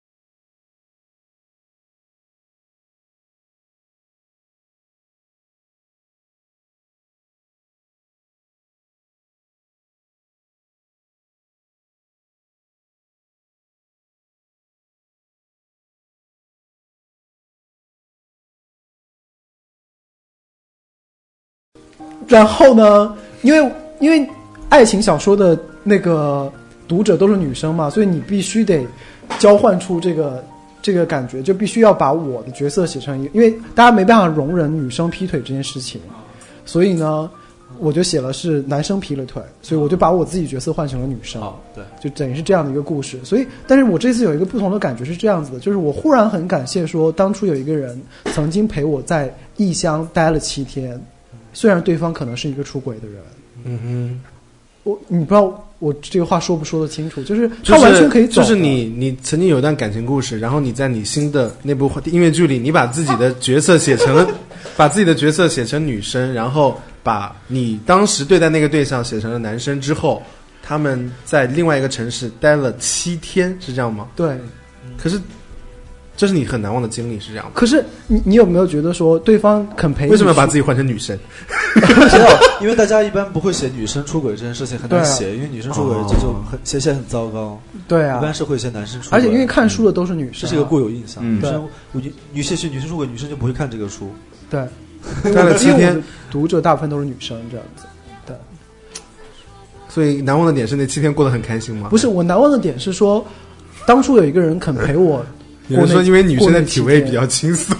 然后呢，因为因为爱情小说的那个读者都是女生嘛，所以你必须得交换出这个这个感觉，就必须要把我的角色写成一个，因为大家没办法容忍女生劈腿这件事情，所以呢，我就写了是男生劈了腿，所以我就把我自己角色换成了女生， 哦，对， 就等于是这样的一个故事。所以，但是我这次有一个不同的感觉是这样子的，就是我忽然很感谢说，当初有一个人曾经陪我在异乡待了七天，虽然对方可能是一个出轨的人， 嗯哼， 我你不知道我这个话说不说得清楚，就是他就是完全可以走的， 就是你你曾经有一段感情故事，然后你在你新的那部音乐剧里，你把自己的角色写成了，把自己的角色写成女生，然后把你当时对待那个对象写成了男生之后，他们在另外一个城市待了七天，是这样吗？ 对。 可是这是你很难忘的经历，是这样吗？ 可是你你有没有觉得说对方肯陪你？ 为什么要把自己换成女生？ 知道，因为大家一般不会写女生出轨这件事情很难写， 对啊， 因为女生出轨这就很写起来很糟糕。 对啊， 一般是会写男生出轨， 而且因为看书的都是女生， 这是一个固有印象。 嗯女生女女写写女生出轨，女生就不会看这个书。 对， 待了七天， 读者大部分都是女生这样子。对， 所以难忘的点是那七天过得很开心吗？ 不是，我难忘的点是说，当初有一个人肯陪我。 有人说因为女生的体味比较轻松，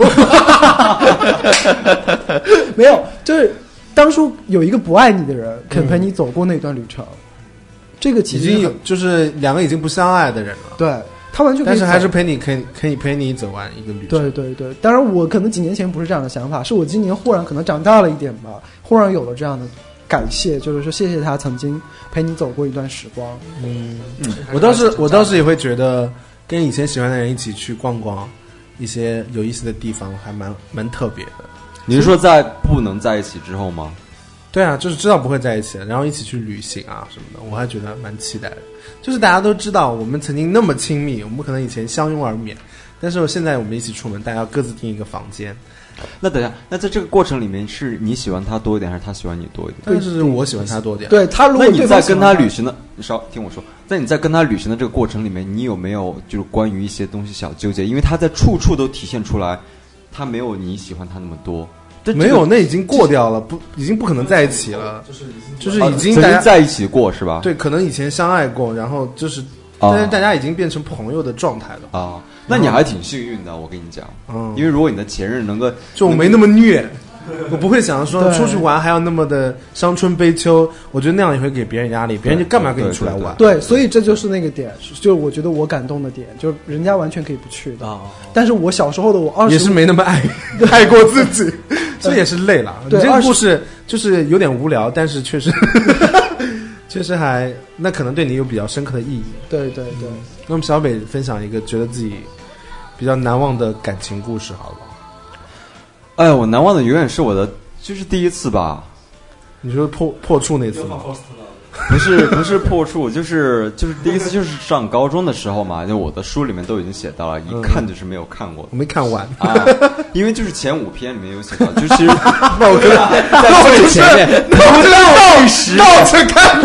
没有，就是当初有一个不爱你的人肯陪你走过那段旅程，嗯、这个其实已经有就是两个已经不相爱的人了， 对他完全可以， 但是还是陪你可以可以陪你走完一个旅程。 对对对，当然我可能几年前不是这样的想法，是我今年忽然可能长大了一点吧，忽然有了这样的感谢，就是说谢谢他曾经陪你走过一段时光。 嗯嗯，我倒是我倒是也会觉得。跟以前喜欢的人一起去逛逛一些有意思的地方，还蛮蛮特别的。 你是说在不能在一起之后吗？ 对啊，就是知道不会在一起，然后一起去旅行啊什么的，我还觉得蛮期待的。就是大家都知道我们曾经那么亲密，我们可能以前相拥而眠，但是现在我们一起出门，大家要各自订一个房间。 那等一下，那在这个过程里面，是你喜欢他多一点，还是他喜欢你多一点？ 但是我喜欢他多点。 对他，如果那你在跟他旅行的，你稍听我说，在你在跟他旅行的这个过程里面，你有没有就是关于一些东西小纠结？因为他在处处都体现出来，他没有你喜欢他那么多。 这没有，那已经过掉了，不，已经不可能在一起了。就是就是已经曾经在一起过是吧？ 对，可能以前相爱过，然后就是，但是大家已经变成朋友的状态了啊。那你还挺幸运的，我跟你讲，嗯，因为如果你的前任能够， 就我没那么虐，我不会想说出去玩还要那么的伤春悲秋，我觉得那样也会给别人压力，别人就干嘛跟你出来玩？ 对，所以这就是那个点，就是我觉得我感动的点，就是人家完全可以不去的，但是我小时候的我二十也是没那么爱爱过自己，所以也是累了。你这个故事就是有点无聊，但是确实确实还那可能对你有比较深刻的意义。 对对对。 那么小北分享一个觉得自己比较难忘的感情故事好了。 哎，我难忘的永远是我的，就是第一次吧。 你说破破处那次吗？ 不是不是破处，就是就是第一次就是上高中的时候嘛，就我的书里面都已经写到了，一看就是没有看过的。 我没看完啊，因为就是前五篇里面有写到，就是其实那我跟在最前面， 我倒时倒着看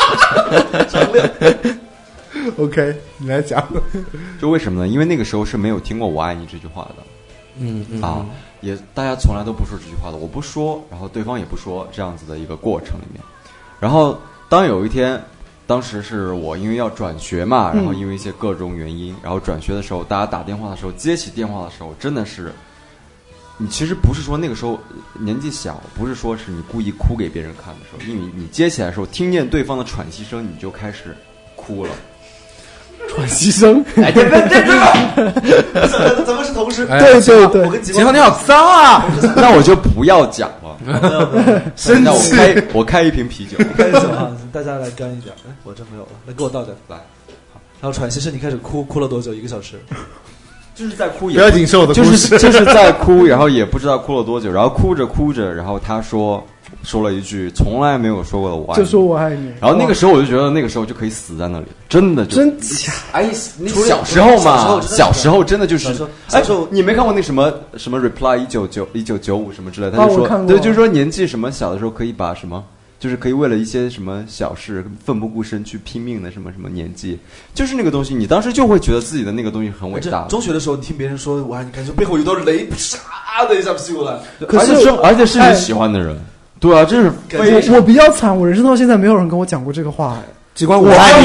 的。OK， 你来讲。 就为什么呢？因为那个时候是没有听过我爱你这句话的。 嗯嗯啊，也大家从来都不说这句话的，我不说，然后对方也不说，这样子的一个过程里面。然后当有一天，当时是我因为要转学嘛，然后因为一些各种原因，然后转学的时候，大家打电话的时候，接起电话的时候，真的是，你其实不是说那个时候年纪小，不是说是你故意哭给别人看的时候，因为你接起来的时候，听见对方的喘息声，你就开始哭了。 喘息声， 哎，对对对对，咱咱们是同事， 对对对， 我跟吉光你好脏啊， 那我就不要讲了， 生那我开我开一瓶啤酒， 开一酒啊，大家来干一点，哎，我真没有了，来给我倒点，来，好，然后喘息声，你开始哭，哭了多久？一个小时。 就是在哭也， 不要紧受我的故事， 就是就是在哭，然后也不知道哭了多久，然后哭着哭着，然后他说说了一句从来没有说过的我爱你， 就说我爱你。 然后那个时候我就觉得那个时候就可以死在那里，真的就真假？ 哎，你小时候嘛，小时候真的就是，哎，你没看过那什么什么 Reply 一九九一九九五什么之类的，他就说，对，就是说年纪什么小的时候可以把什么。就是可以为了一些什么小事奋不顾身去拼命的什么什么年纪，就是那个东西，你当时就会觉得自己的那个东西很伟大。 中学的时候，你听别人说我爱你，感觉背后有道雷啪的一下劈过来， 可是而且是你喜欢的人，对啊，这是我我比较惨，我人生到现在没有人跟我讲过这个话。 极光，我爱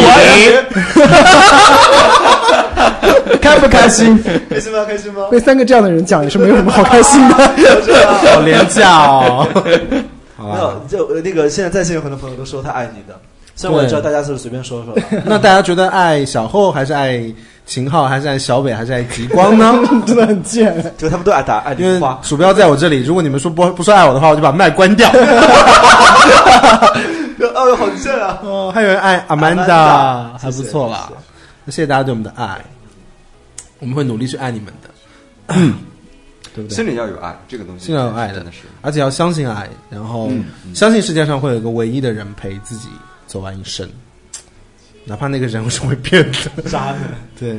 你，开不开心？ 开心吗？开心吗？ 被三个这样的人讲也是没有什么好开心的， 好廉价哦。 没有，就那个现在在线有很多朋友都说他爱你的，虽然我也知道大家是随便说说的。 那大家觉得爱小厚还是爱秦昊还是爱小北还是爱极光呢？ 真的很贱， 就他们都爱打爱你花。 鼠标在我这里，如果你们说不不说爱我的话，我就把麦关掉。 哦哟，好贱啊！ 哦，还有人爱阿曼达，还不错啦。那谢谢大家对我们的爱，我们会努力去爱你们的。嗯，对不对？ 心里要有爱，这个东西心里要有爱的， 真的是， 而且要相信爱，然后、嗯嗯、相信世界上会有一个唯一的人陪自己走完一生，哪怕那个人是会变的渣男。 对，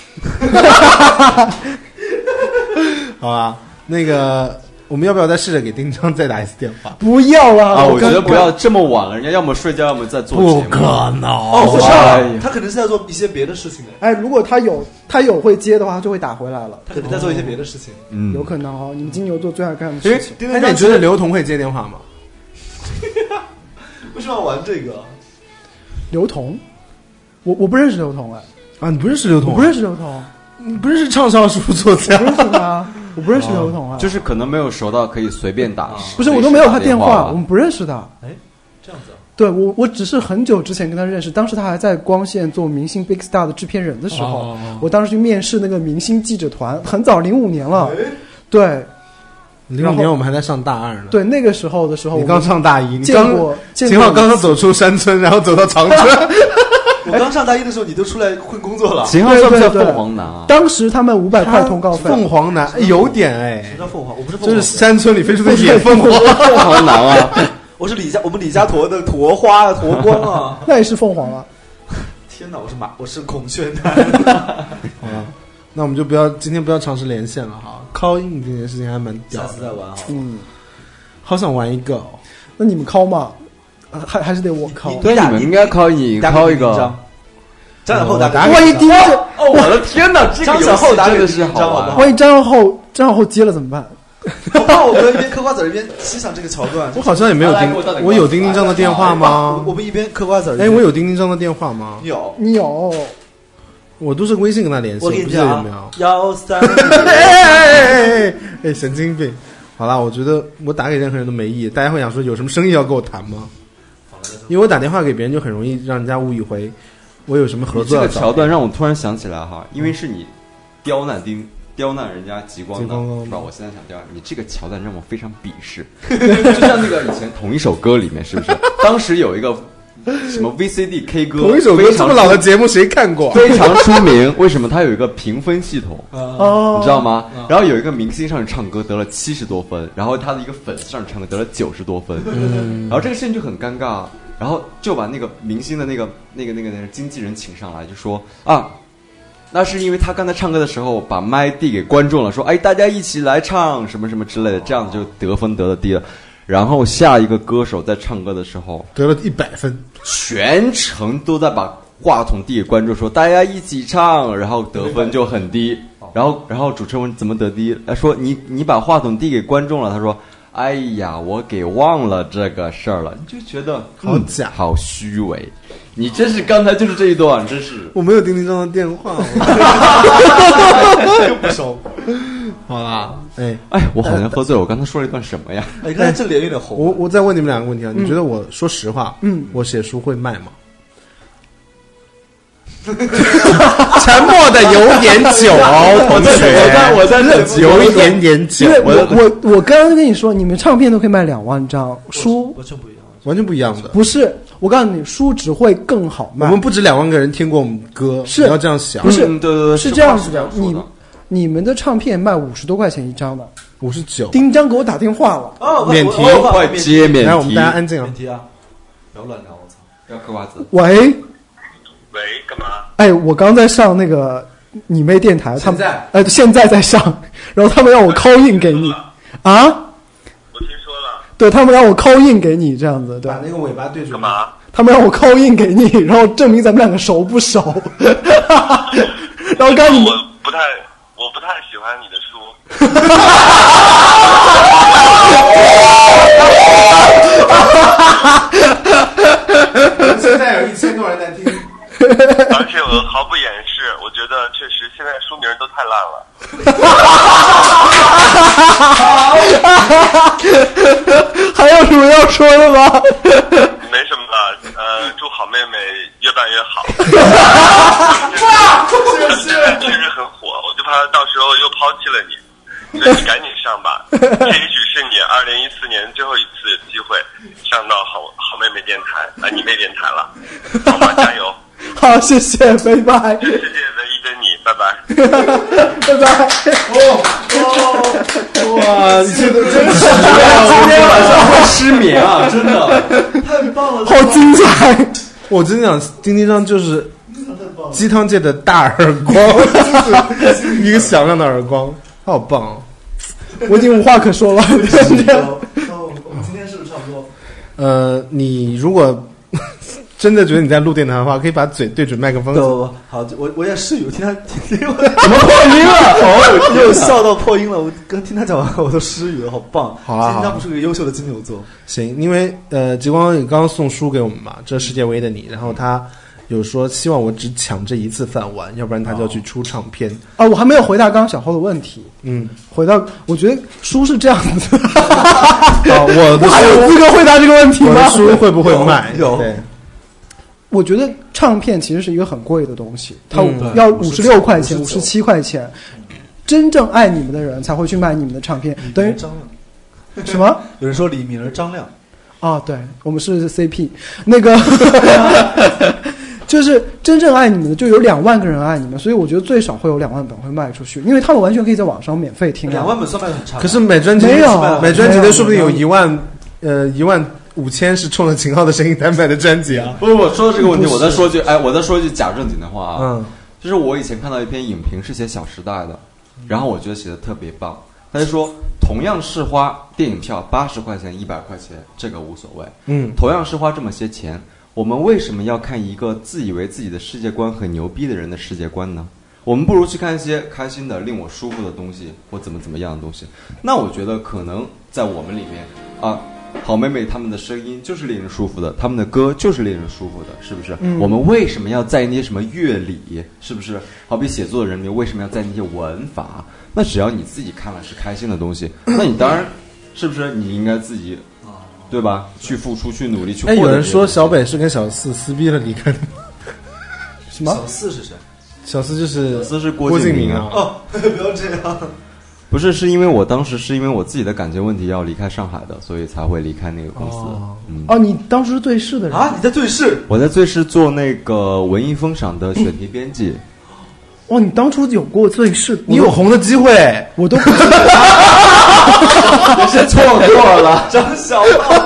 好吧，那个我们要不要再试着给丁章再打一次电话？ 不要了啊！我觉得不要这么晚了，人家要么睡觉，要么在做节目。 不可能哦，不是、啊，他可能是在做一些别的事情的。 哎，如果他有他有会接的话，他就会打回来了。 他可能在做一些别的事情， 嗯， 有可能哦。你们金牛座最爱干的事情。 哎，那你觉得刘同会接电话吗？ 为什么要玩这个？ 刘同，我我不认识刘同哎。 啊，你不认识刘同、啊？ 我不认识刘同。 你不认识畅销书作家？ 不认识他，我不认识刘同啊。 就是可能没有熟到可以随便打。 不是，我都没有他电话，我们不认识的。 哎，这样子啊？ 对，我我只是很久之前跟他认识，当时他还在光线做明星 Big Star 的制片人的时候，哦、我当时去面试那个明星记者团，很早，零五年了。对， 零五年我们还在上大二呢。 对，那个时候的时候， 你刚上大一，你见过， 秦昊刚刚走出山村，然后走到长春。 我刚上大一的时候，你都出来混工作了。 秦昊算不算凤凰男啊？ 当时他们五百块通告费。 凤凰男、哎、有点哎。 什么叫凤凰？我不是凤凰， 就是山村里飞出的野凤凰。 凤凰男啊！ 我是李家，我们李家沱的沱花啊，沱光啊。 那也是凤凰啊！ 天哪，我是马，我是孔雀男。 好了，那我们就不要今天不要尝试连线了哈。call in 这件事情还蛮屌的， 下次再玩哈。 嗯，好想玩一个、哦。 那你们 call 吗？还还是得我 call？ 对，你们应该 call 你 call 一个。 张小厚打， 万一第一个哦，我的天哪，这个张小厚打真的是好玩。 万一张小厚张小厚接了怎么办？ 我怕我们一边嗑瓜子一边欣赏这个桥段。 我好像也没有丁，我有丁丁章的电话吗？ 我们一边嗑瓜子。 哎，我有丁丁章的电话吗？ 有， 你有。 我都是微信跟他联系， 我跟你讲，有没有？幺三， 哎哎，神经病！好啦，我觉得我打给任何人都没意义，大家会想说有什么生意要跟我谈吗？因为我打电话给别人就很容易让人家误以为我有什么合作。 这个桥段让我突然想起来哈，因为是你刁难丁刁难人家极光的，是吧？我现在想刁难你，这个桥段让我非常鄙视，就像那个以前同一首歌里面，是不是？当时有一个。什么 V C D K 歌？ 同一首歌这么老的节目谁看过？ 非常出名。为什么它有一个评分系统？ 哦， 你知道吗？然后有一个明星上去唱歌得了七十多分，然后他的一个粉丝上去唱歌得了九十多分。嗯，然后这个事情就很尴尬。 然后就把那个明星的那个那个那个那个经纪人请上来，就说啊，那是因为他刚才唱歌的时候把麦递给观众了，说哎大家一起来唱什么什么之类的，这样子就得分得的低了。然后下一个歌手在唱歌的时候得了一百分， 全程都在把话筒递给观众说大家一起唱，然后得分就很低。然后然后主持人问怎么得低，他说你你把话筒递给观众了，他说哎呀我给忘了这个事儿了，你就觉得好假、 嗯、好虚伪。你真是刚才就是这一段，真是我没有丁丁张的电话， 又不熟。 好啦，哎哎，我好像喝醉了，我刚才说了一段什么呀？ 哎，刚才这脸有点红。 我我再问你们两个问题啊，你觉得我说实话， 嗯， 我写书会卖吗？沉默的有点久哦，同学， 我在我在这有一点点久， 因为我我我刚刚跟你说，你们唱片都可以卖两万张，书完全不一样， 完全不一样的。 不是，我告诉你，书只会更好卖。 我们不止两万个人听过我们歌， 是你要这样想， 不是？ 嗯、对对对， 是这样子的，你你们的唱片卖五十多块钱一张的， 五十九。 丁张给我打电话了， 哦， 免提， 快接免提。 来，我们大家安静啊！ 免提啊！不要乱聊，我操！ 不要嗑瓜子。 喂。 喂，干嘛？ 哎，我刚在上那个你妹电台，他们现在呃现在在上，然后他们让我 call in 给你啊， 我听说了， 对他们让我 call in 给你这样子，对把，那个尾巴对准。 干嘛？ 他们让我 call in 给你，然后证明咱们两个熟不熟，然后告诉你们， 我不太，我不太喜欢你的书。 现在有一千多人在听。 而且我毫不掩饰，我觉得确实现在书名都太烂了。 还有什么要说的吗？ 没什么了，呃，祝好妹妹越办越好。她现在确实很火，我就怕她到时候又抛弃了你，所以你赶紧上吧。这也许是你二零一四年最后一次机会上到好好妹妹电台，啊，你妹电台了，好吗？加油！ 好，谢谢，拜拜。 全世界唯一的你，拜拜。 拜拜。 哦哦，哇，你这个真是今天晚上会失眠啊，真的太棒了， 好精彩！ 我真的想，丁丁张就是鸡汤界的大耳光，就是一个响亮的耳光，好棒哦！ 我已经无话可说了。 哦，我们今天是不是差不多？ 呃，你如果真的觉得你在录电台的话，可以把嘴对准麦克风。 不不不，好，我我也是有听他听听我怎么破音了？ 哦，又笑到破音了。我刚听他讲完，我都失语了，好棒。 好啊好啊他不是个优秀的金牛座。 行，因为呃，极光也刚刚送书给我们嘛，这世界唯一的你，然后他有说希望我只抢这一次饭碗，要不然他就要去出唱片。 啊，我还没有回答刚刚小侯的问题。 嗯， 回到，我觉得书是这样子。 啊，我的我还有资格回答这个问题吗？ 我的书会不会卖？ 有有对。 我觉得唱片其实是一个很贵的东西，它嗯要五十六块钱、五十七块钱。真正爱你们的人才会去买你们的唱片，等于张亮， 什么？ 有人说李敏儿张亮。 啊，对，我们是 C P， 那个就是真正爱你们的就有两万个人爱你们，所以我觉得最少会有两万本会卖出去，因为他们完全可以在网上免费听。 两万本算卖的很差。 可是每专辑没有每专辑的说不定有一万呃一万五千是冲着秦昊的声音才买的专辑啊。 不不不，说到这个问题，我再说句，哎，我再说句假正经的话啊， 嗯， 就是我以前看到一篇影评是写《小时代》的，然后我觉得写的特别棒。他就说，同样是花电影票八十块钱、一百块钱，这个无所谓。 嗯， 同样是花这么些钱，我们为什么要看一个自以为自己的世界观很牛逼的人的世界观呢？我们不如去看一些开心的、令我舒服的东西，或怎么怎么样的东西。那我觉得可能在我们里面啊，好妹妹她们的声音就是令人舒服的，她们的歌就是令人舒服的，是不是？ 嗯、 我们为什么要在意那些什么乐理？是不是？好比写作的人，你为什么要在意那些文法？那只要你自己看了是开心的东西，那你当然是不是你应该自己，对吧？去付出，去努力，去获得。 哎，有人说小北是跟小四撕逼了离开的， 什么？ 小四是谁？ 小四就是小四是郭郭敬明啊。 哦，不要这样。 不是，是因为我当时是因为我自己的感情问题要离开上海的，所以才会离开那个公司。 哦， 嗯、 哦，你当时是对视的人啊？你在对视？ 我在最是做那个文艺风赏的选题编辑。 哦，你当初有过对视， 你有红的机会， 我都不知道。 你是错过了， 张小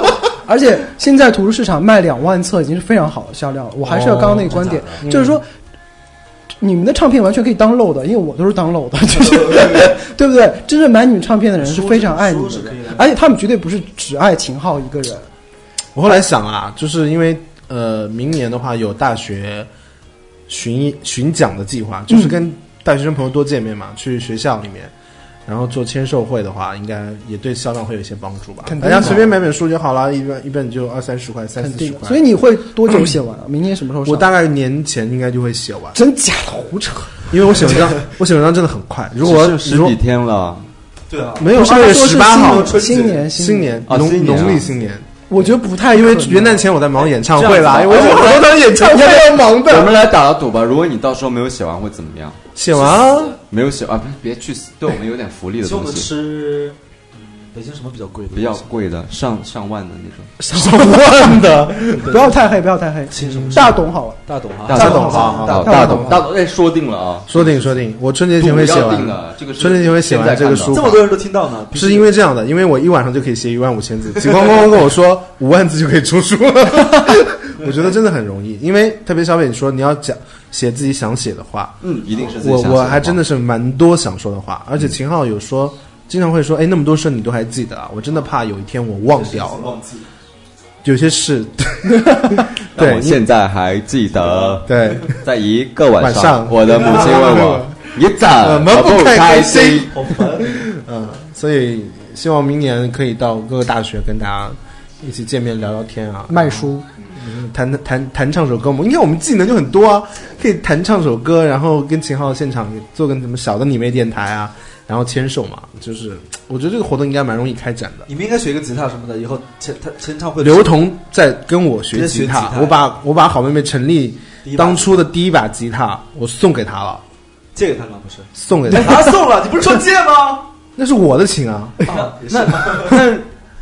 而且现在图书市场卖两万册已经是非常好的销量了。我还是要刚刚那个观点， 哦、 就是说。你们的唱片完全可以download的，因为我都是download的，就是对不对？真正买你们唱片的人是非常爱你们的，而且他们绝对不是只爱秦昊一个人。 我后来想啊，就是因为呃，明年的话有大学巡巡讲的计划，就是跟大学生朋友多见面嘛，嗯、去学校里面，然后做签售会的话，应该也对销量会有一些帮助吧。大家随便买本书就好了，一本一本就二三十块、三四十块。 所以你会多久写完啊？明年什么时候上？ 我大概年前应该就会写完。 真假的胡扯！ 因为我写文章，我写文章真的很快。如果是十几天了， 对啊， 没有二月十八号， 新年新年农农历新年。 我觉得不太， 因为元旦前我在忙演唱会啦，因为我好多场演唱会要忙的。 我们来打个赌吧，如果你到时候没有写完会怎么样？ 写完啊， 没有写啊，别去死，对我们有点福利的东西。 我们吃，嗯，北京什么比较贵的？ 比较贵的，上上万的那种。 上万的， 不要太黑，不要太黑。大董好了， 大董哈， 大董好， 大大董，大董，哎，说定了啊， 说定说定，我春节前会写完的，这个春节前会写完这个书。 这么多人都听到呢， 是因为这样的，因为我一晚上就可以写一万五千字，极光刚刚跟我说五万字就可以出书了。我觉得真的很容易，因为特别小北说你要讲写自己想写的话， 嗯，一定是自己想写的话。 我我还真的是蛮多想说的话，而且秦昊有说，经常会说，哎，那么多事你都还记得啊？我真的怕有一天我忘掉了， 忘记有些事， 对，我现在还记得。 对， 在一个晚上， 晚上我的母亲问我，你怎么不开心？ 好烦。 嗯，所以希望明年可以到各个大学跟大家一起见面聊聊天啊， 卖书。 弹弹弹唱首歌嘛，你看我们技能就很多啊，可以弹唱首歌，然后跟秦昊现场做个什么小的你妹电台啊，然后签售嘛，就是我觉得这个活动应该蛮容易开展的。 你们应该学一个吉他什么的，以后签他签唱会。 刘同在跟我学吉他，我把我把好妹妹陈丽当初的第一把吉他我送给她了， 借给她了不是？ 送给她， 他送了，你不是说借吗？ 那是我的琴啊， 啊那那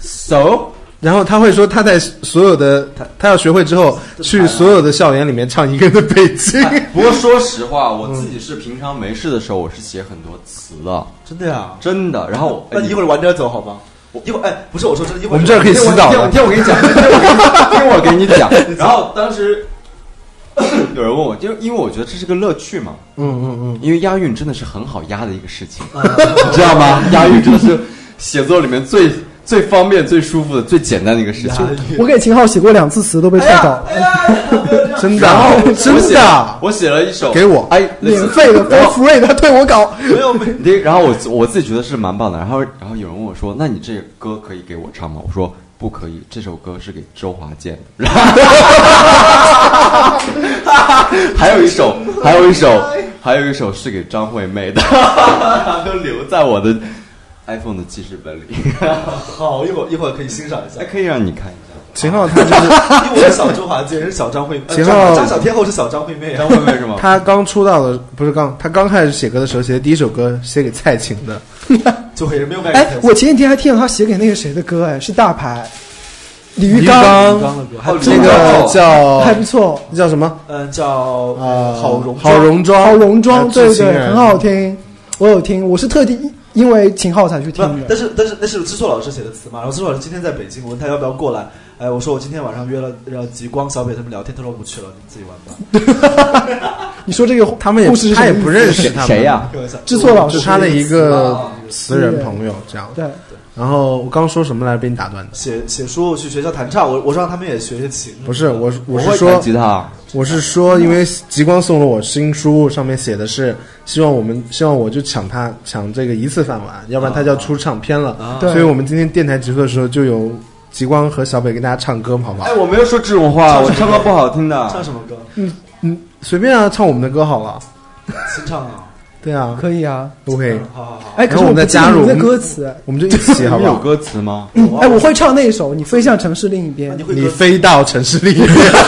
so。然后他会说他在所有的他他要学会之后去所有的校园里面唱一个人的北京。 不过说实话，我自己是平常没事的时候我是写很多词的， 真的呀， 真的。然后那你一会儿晚点走好吗？一会儿哎，不是我说，这一会儿我们这儿可以洗澡的。 听我跟你讲，听我跟你讲。然后当时有人问我，就因为我觉得这是个乐趣嘛， 嗯嗯嗯， 因为押韵真的是很好押的一个事情，你知道吗？押韵真的是写作里面最。最方便、最舒服的、最简单的一个事情。 我给秦昊写过两次词，都被退稿。 哎呀， 真的，真的， 我写了一首给我， 哎，免费的 for free， 他退我稿。 没有没。 然后我我自己觉得是蛮棒的。然后然后有人问我说：“那你这歌可以给我唱吗？”我说：“不可以，这首歌是给周华健的。”还有一首，还有一首，还有一首是给张惠妹的，都留在我的。iPhone 的记事本里。 好，一会儿一会儿可以欣赏一下， 还可以让你看一下。 秦昊他就是因为我是小周华健，是小张惠， 秦昊张小天后是小张惠妹， 张惠妹是吗？ 他刚出道的不是刚，他刚开始写歌的时候写的第一首歌写给蔡琴的， 就会没有改。 哎，我前几天还听到他写给那个谁的歌，哎，是大牌。李玉刚， 刚的歌，还有那个叫还不错， 叫什么？ 嗯，叫呃好容好容妆， 好容妆，对对，很好听，我有听，我是特地。因为秦昊才去听的， 但是但是那是知错老师写的词嘛，然后知错老师今天在北京，我问他要不要过来，哎，我说我今天晚上约了让极光、小北他们聊天，他说不去了，你自己玩吧。 你说这个他们也他也不认识他们谁呀？ 知错老师是他的一个词人朋友，这样对。 然后我刚说什么来被你打断的？ 写写书去学校弹唱，我我说让他们也学学琴。 不是我我是说吉他， 我是说因为极光送了我新书，上面写的是希望我们希望我就抢他抢这个一次饭碗，要不然他就要出唱片了。 啊、 所以我们今天电台直播的时候就有极光和小北跟大家唱歌，好不好？ 哎，我没有说这种话，我唱歌不好听的。 唱什么歌？ 嗯嗯，随便啊，唱我们的歌好了。 新唱啊。 对啊， 可以啊 ，OK， 好好好。 哎，可是我们再加入的歌词， 我们就一起，好不好？ 有歌词吗？ 嗯，哎，我会唱那一首《你飞向城市另一边》， 你会你飞到城市另一边，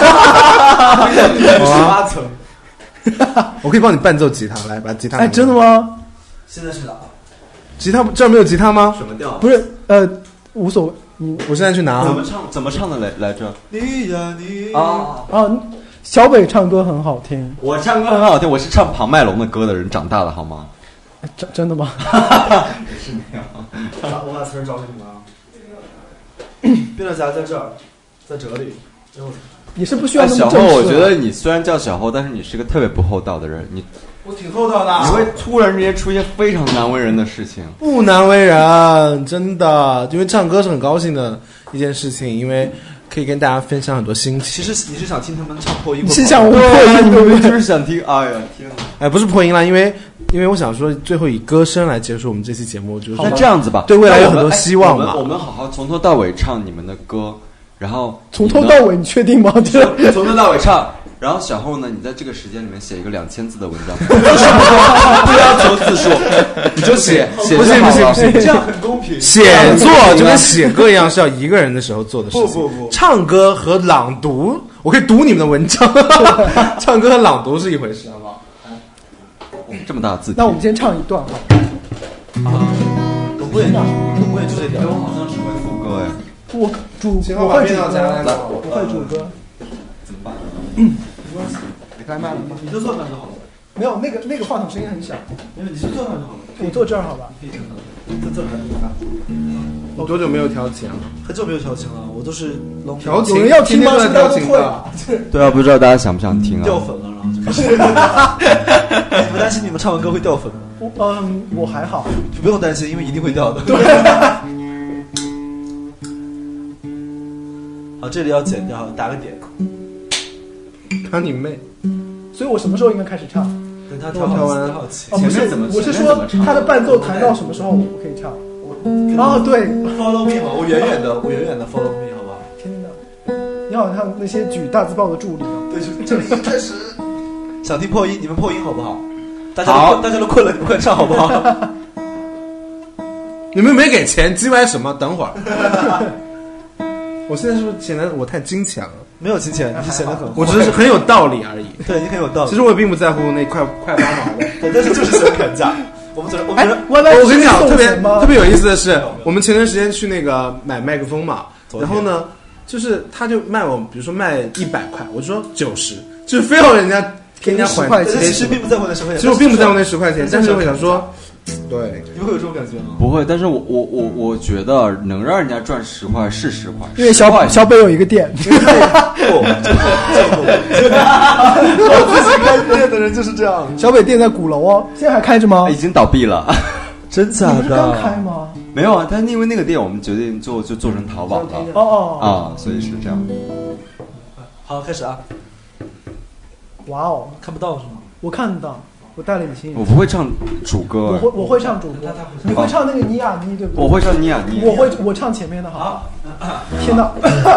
十八层。 我可以帮你伴奏吉他，来把吉他。 哎，真的吗？ 现在是哪？ 吉他这儿没有吉他吗？ 什么调？ 不是，呃，无所谓。你我现在去拿。 怎么唱？怎么唱的来来着？ 你呀你啊啊！小北唱歌很好听， 我唱歌很好听，我是唱庞麦龙的歌的人长大的，好吗？ 真真的吗？ 是那样。我把词儿找给你们啊。变调夹在这儿， 在这里。 也是不需要那么小正式、 后，我觉得你虽然叫小后，但是你是个特别不厚道的人。你我挺厚道的， 你会突然之间出现非常难为人的事情。 不难为人，真的，因为唱歌是很高兴的一件事情，因为可以跟大家分享很多心情。 其实你是想听他们唱破音， 是想我破音，对不对？ 就是想听。哎呀，天哪！ 哎，不是破音啦，因为因为我想说，最后以歌声来结束我们这期节目，就是那这样子吧， 对未来有很多希望嘛。 我们我们好好从头到尾唱你们的歌。然后从头到尾，你确定吗？ 从头到尾唱，然后小后呢，你在这个时间里面写一个两千字的文章，不要求字数，你就写写不行不行不行， 这样很公平。 写作就跟写歌一样，是要一个人的时候做的事情。 不不不， 唱歌和朗读，我可以读你们的文章，唱歌和朗读是一回事，好不好？ 这么大的字体， 那我们先唱一段哈。 啊，我不也我也就这点， 我好像只会副歌哎。 我主我会主歌，我会主歌， 怎么办？ 嗯，没关系，你开麦了吗？ 你就坐那就好了。 没有，那个那个话筒声音很小。 没有，你就坐那就好了。 我坐这儿好吧？ 可以坐那，在这儿啊。 你多久没有调琴了？ 很久没有调琴了，我都是调琴。 有人要听吗？ 是调琴的。 对啊，不知道大家想不想听啊？ 掉粉了，然后就开始。你不担心你们唱完歌会掉粉吗？ 我嗯，我还好， 不用担心，因为一定会掉的。 对。 好，这里要剪掉，打个点。 看你妹！ 所以我什么时候应该开始唱？ 等他调完，好奇。 哦，不是，我是说他的伴奏弹到什么时候我可以唱？哦，对 ，Follow me 好，我远远的，我远远的 Follow me 好不好？ 天哪，你好像那些举大字报的助理啊。 对，就这里开始。想听破音，你们破音好不好？大家都大家都困了，你们快唱好不好？ 你们没给钱，叽歪什么？等会儿。我现在是不是显得我太金钱了？ 没有金钱，你是显得很…… 我只是很有道理而已。 对，你很有道理。 其实我也并不在乎那块块八毛的， 对，但是就是想砍价。我们昨天，我们哎， 我跟你讲，特别特别有意思的是，我们前段时间去那个买麦克风嘛，然后呢，就是他就卖我，比如说卖一百块，我就说九十，就是非要人家给人家还块钱。其实并不在乎那十块钱， 其实我并不在乎那十块钱，但是我想说。对， 你会有这种感觉吗？ 不会，但是我我我我觉得能让人家赚十块是十块， 因为小小北有一个店， 不，我自己开店的人就是这样。 小北店在鼓楼哦，现在还开着吗？ 已经倒闭了， 真假的？ 刚开吗？ 没有啊，但因为那个店我们决定做就做成淘宝了， 哦哦啊，所以是这样。 好，开始啊！ 哇哦， 看不到是吗？ 我看得到。我戴了隐形眼镜。 我不会唱主歌， 我会我会唱主歌，你会唱那个尼亚尼对不对？ 我会唱尼亚尼， 我会我唱前面的好。天哪！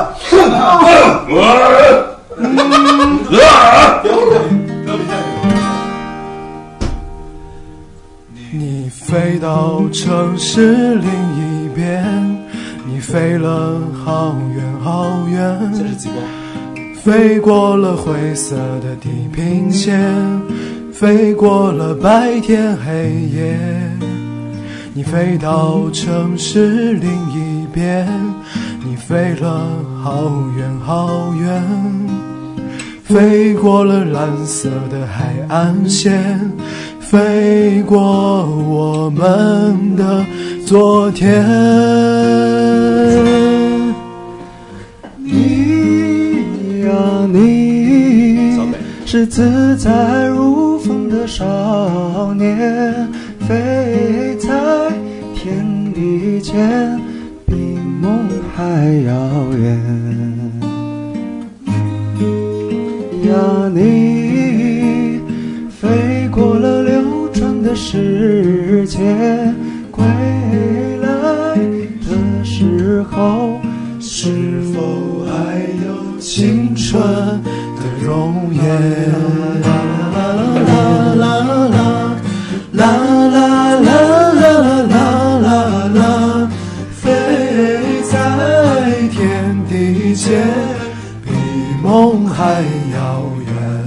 你飞到城市另一边，你飞了好远好远， 这是极光， 飞过了灰色的地平线。飞过了白天黑夜，你飞到城市另一边，你飞了好远好远，飞过了蓝色的海岸线，飞过我们的昨天。你呀你，是自在如风的少年，飞在天地间，比梦还遥远。呀，你飞过了流转的世界，归来的时候，是否还有青春的容颜？啦啦啦啦啦啦啦啦啦啦啦，飞在天地间，比梦还遥远。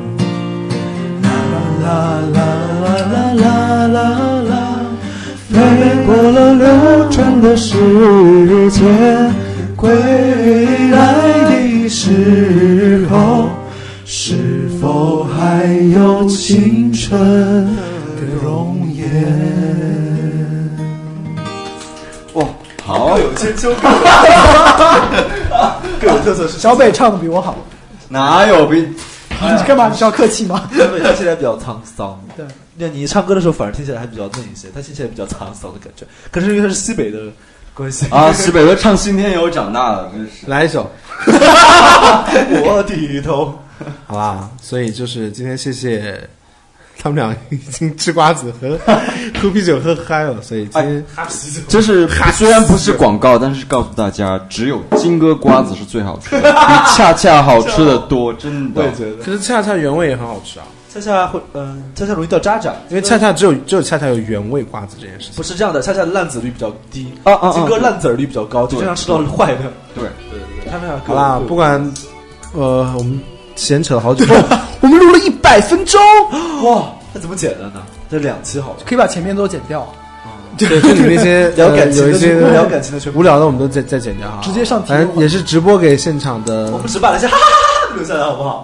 啦啦啦啦啦啦啦，飞过了流转的世界，归来的时候，是否还有青春的容颜？ 哇，好， 各有千秋，各有特色是小北唱的比我好， 哪有比？ 你干嘛？你是要客气吗？ 小北听起来比较沧桑。 对， 那你唱歌的时候反而听起来还比较嫩一些，他听起来比较沧桑的感觉。可是因为他是西北的关系啊，西北的唱新天游长大了，真是。 来一首。 我低头。 好吧，所以就是今天谢谢他们俩已经吃瓜子和喝啤酒喝嗨了，所以今天这是虽然不是广告，但是告诉大家，只有金哥瓜子是最好吃的，比恰恰好吃的多，真的。 我也觉得。 可是恰恰原味也很好吃啊。 恰恰会，嗯，恰恰容易掉渣渣， 因为恰恰只有只有恰恰有原味瓜子这件事情。 不是这样的，恰恰的烂籽率比较低， 啊啊， 金哥烂籽率比较高，就经常吃到坏的。 对对对对，他们俩好啦，不管，呃，我们闲扯了好久，我们录了一百分钟， 哇，那怎么剪的呢？这两期好了， 可以把前面都剪掉。 对，就你那些聊感情的有一些聊感情的全部无聊的，我们都再再剪掉哈， 直接上题。 反正也是直播给现场的， 我们只把那些哈哈哈留下来，好不好？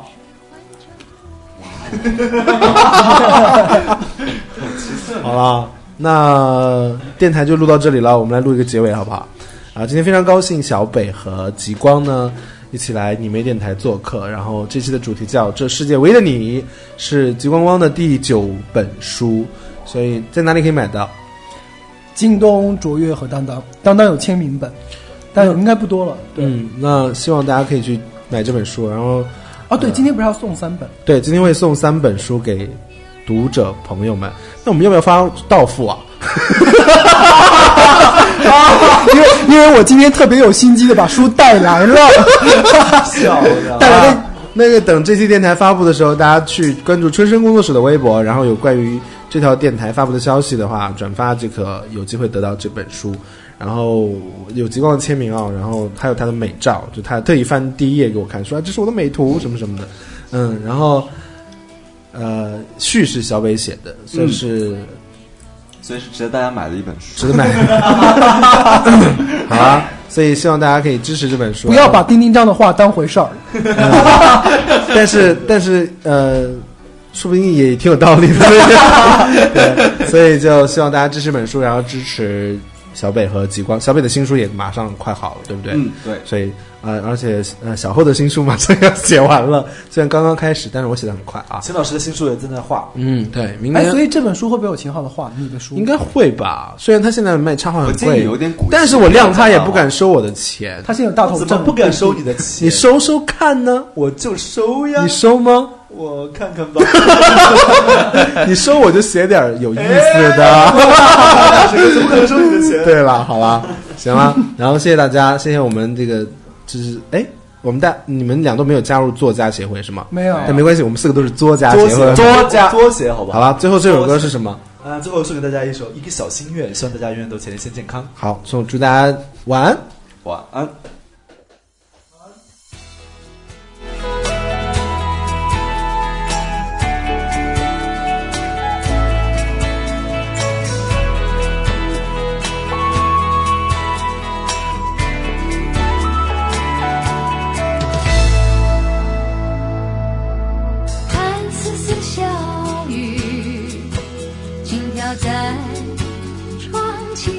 好了，那电台就录到这里了，我们来录一个结尾好不好？啊，今天非常高兴小北和极光呢一起来你妹电台做客，然后这期的主题叫这世界唯一的你，是极光光的第九本书，所以在哪里可以买到？ 京东、卓越和当当，当当有签名本，但应该不多了。对， 嗯，那希望大家可以去买这本书，然后啊，对，今天不是要送三本？ 对，今天会送三本书给读者朋友们。那我们要不要发到付啊？ 因为因为我今天特别有心机的把书带来了， 笑的带来的那个等这期电台发布的时候，大家去关注春生工作室的微博，然后有关于这条电台发布的消息的话，转发即可有机会得到这本书。然后有极光的签名啊，然后还有他的美照，就他特意翻第一页给我看，说、啊、这是我的美图什么什么的，嗯，然后呃序是小北写的，所以是、嗯、 所以是值得大家买的一本书， 值得买。好啊，所以希望大家可以支持这本书， 不要把丁丁章的话当回事儿、 嗯。但是但是呃，说不定也挺有道理的，对，所以就希望大家支持本书，然后支持小北和极光。小北的新书也马上快好了，对不对？ 嗯，对。 所以呃，而且呃，小后的新书马上要写完了，虽然刚刚开始，但是我写得很快啊。 秦老师的新书也正在画。 嗯，对，明年。 哎，所以这本书会不会有秦昊的画？你的书应该会吧？虽然他现在卖插画很贵， 有点古， 但是我谅他也不敢收我的钱。 他现在有大头怎么不敢收你的钱？ 你收收看呢？ 我就收呀。 你收吗？ 我看看吧。 你收我就写点有意思的。 哎、怎么可能收你的钱？ 对了，好了，行了，然后谢谢大家，谢谢我们这个，就是哎，我们大你们俩都没有加入作家协会是吗？ 没有， 但没关系，我们四个都是作家协会， 作家作协，好吧。 好了，最后这首歌是什么？ 啊，最后送给大家一首《一个小心愿》，希望大家永远都前列腺健康。 好，送祝大家晚安， 晚安。 在窗前，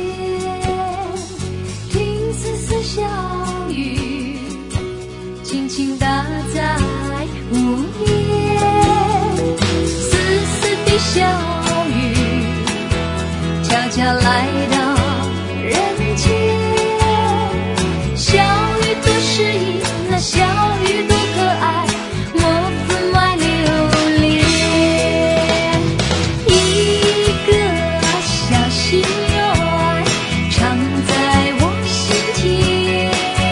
听丝丝小雨，轻轻打在屋檐。丝丝的小雨，悄悄来到人间。小雨多诗意，那小雨多可爱，我分外留恋。心愿藏在我心田，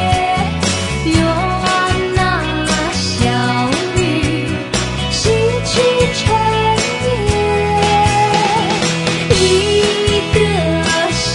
愿那小雨洗去尘烟。一个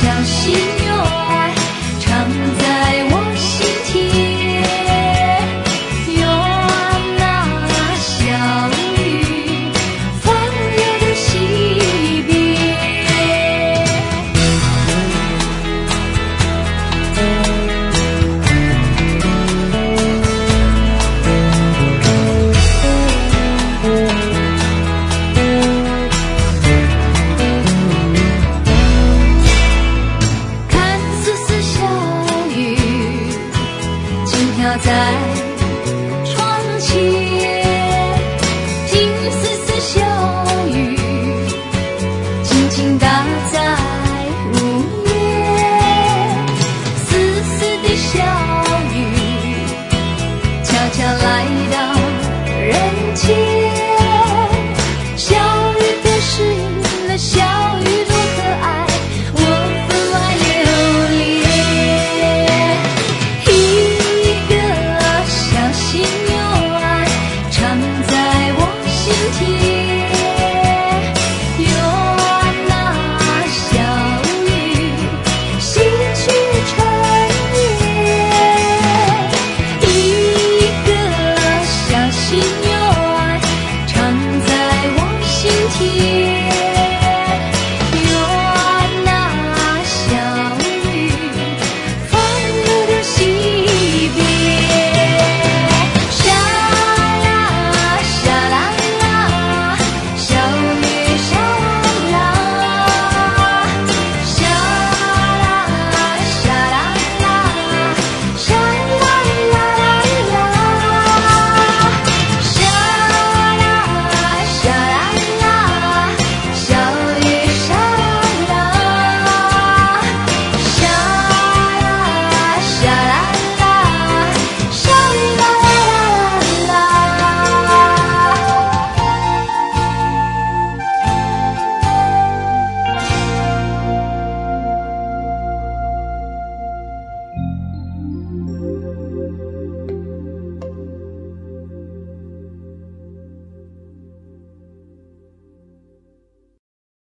飘在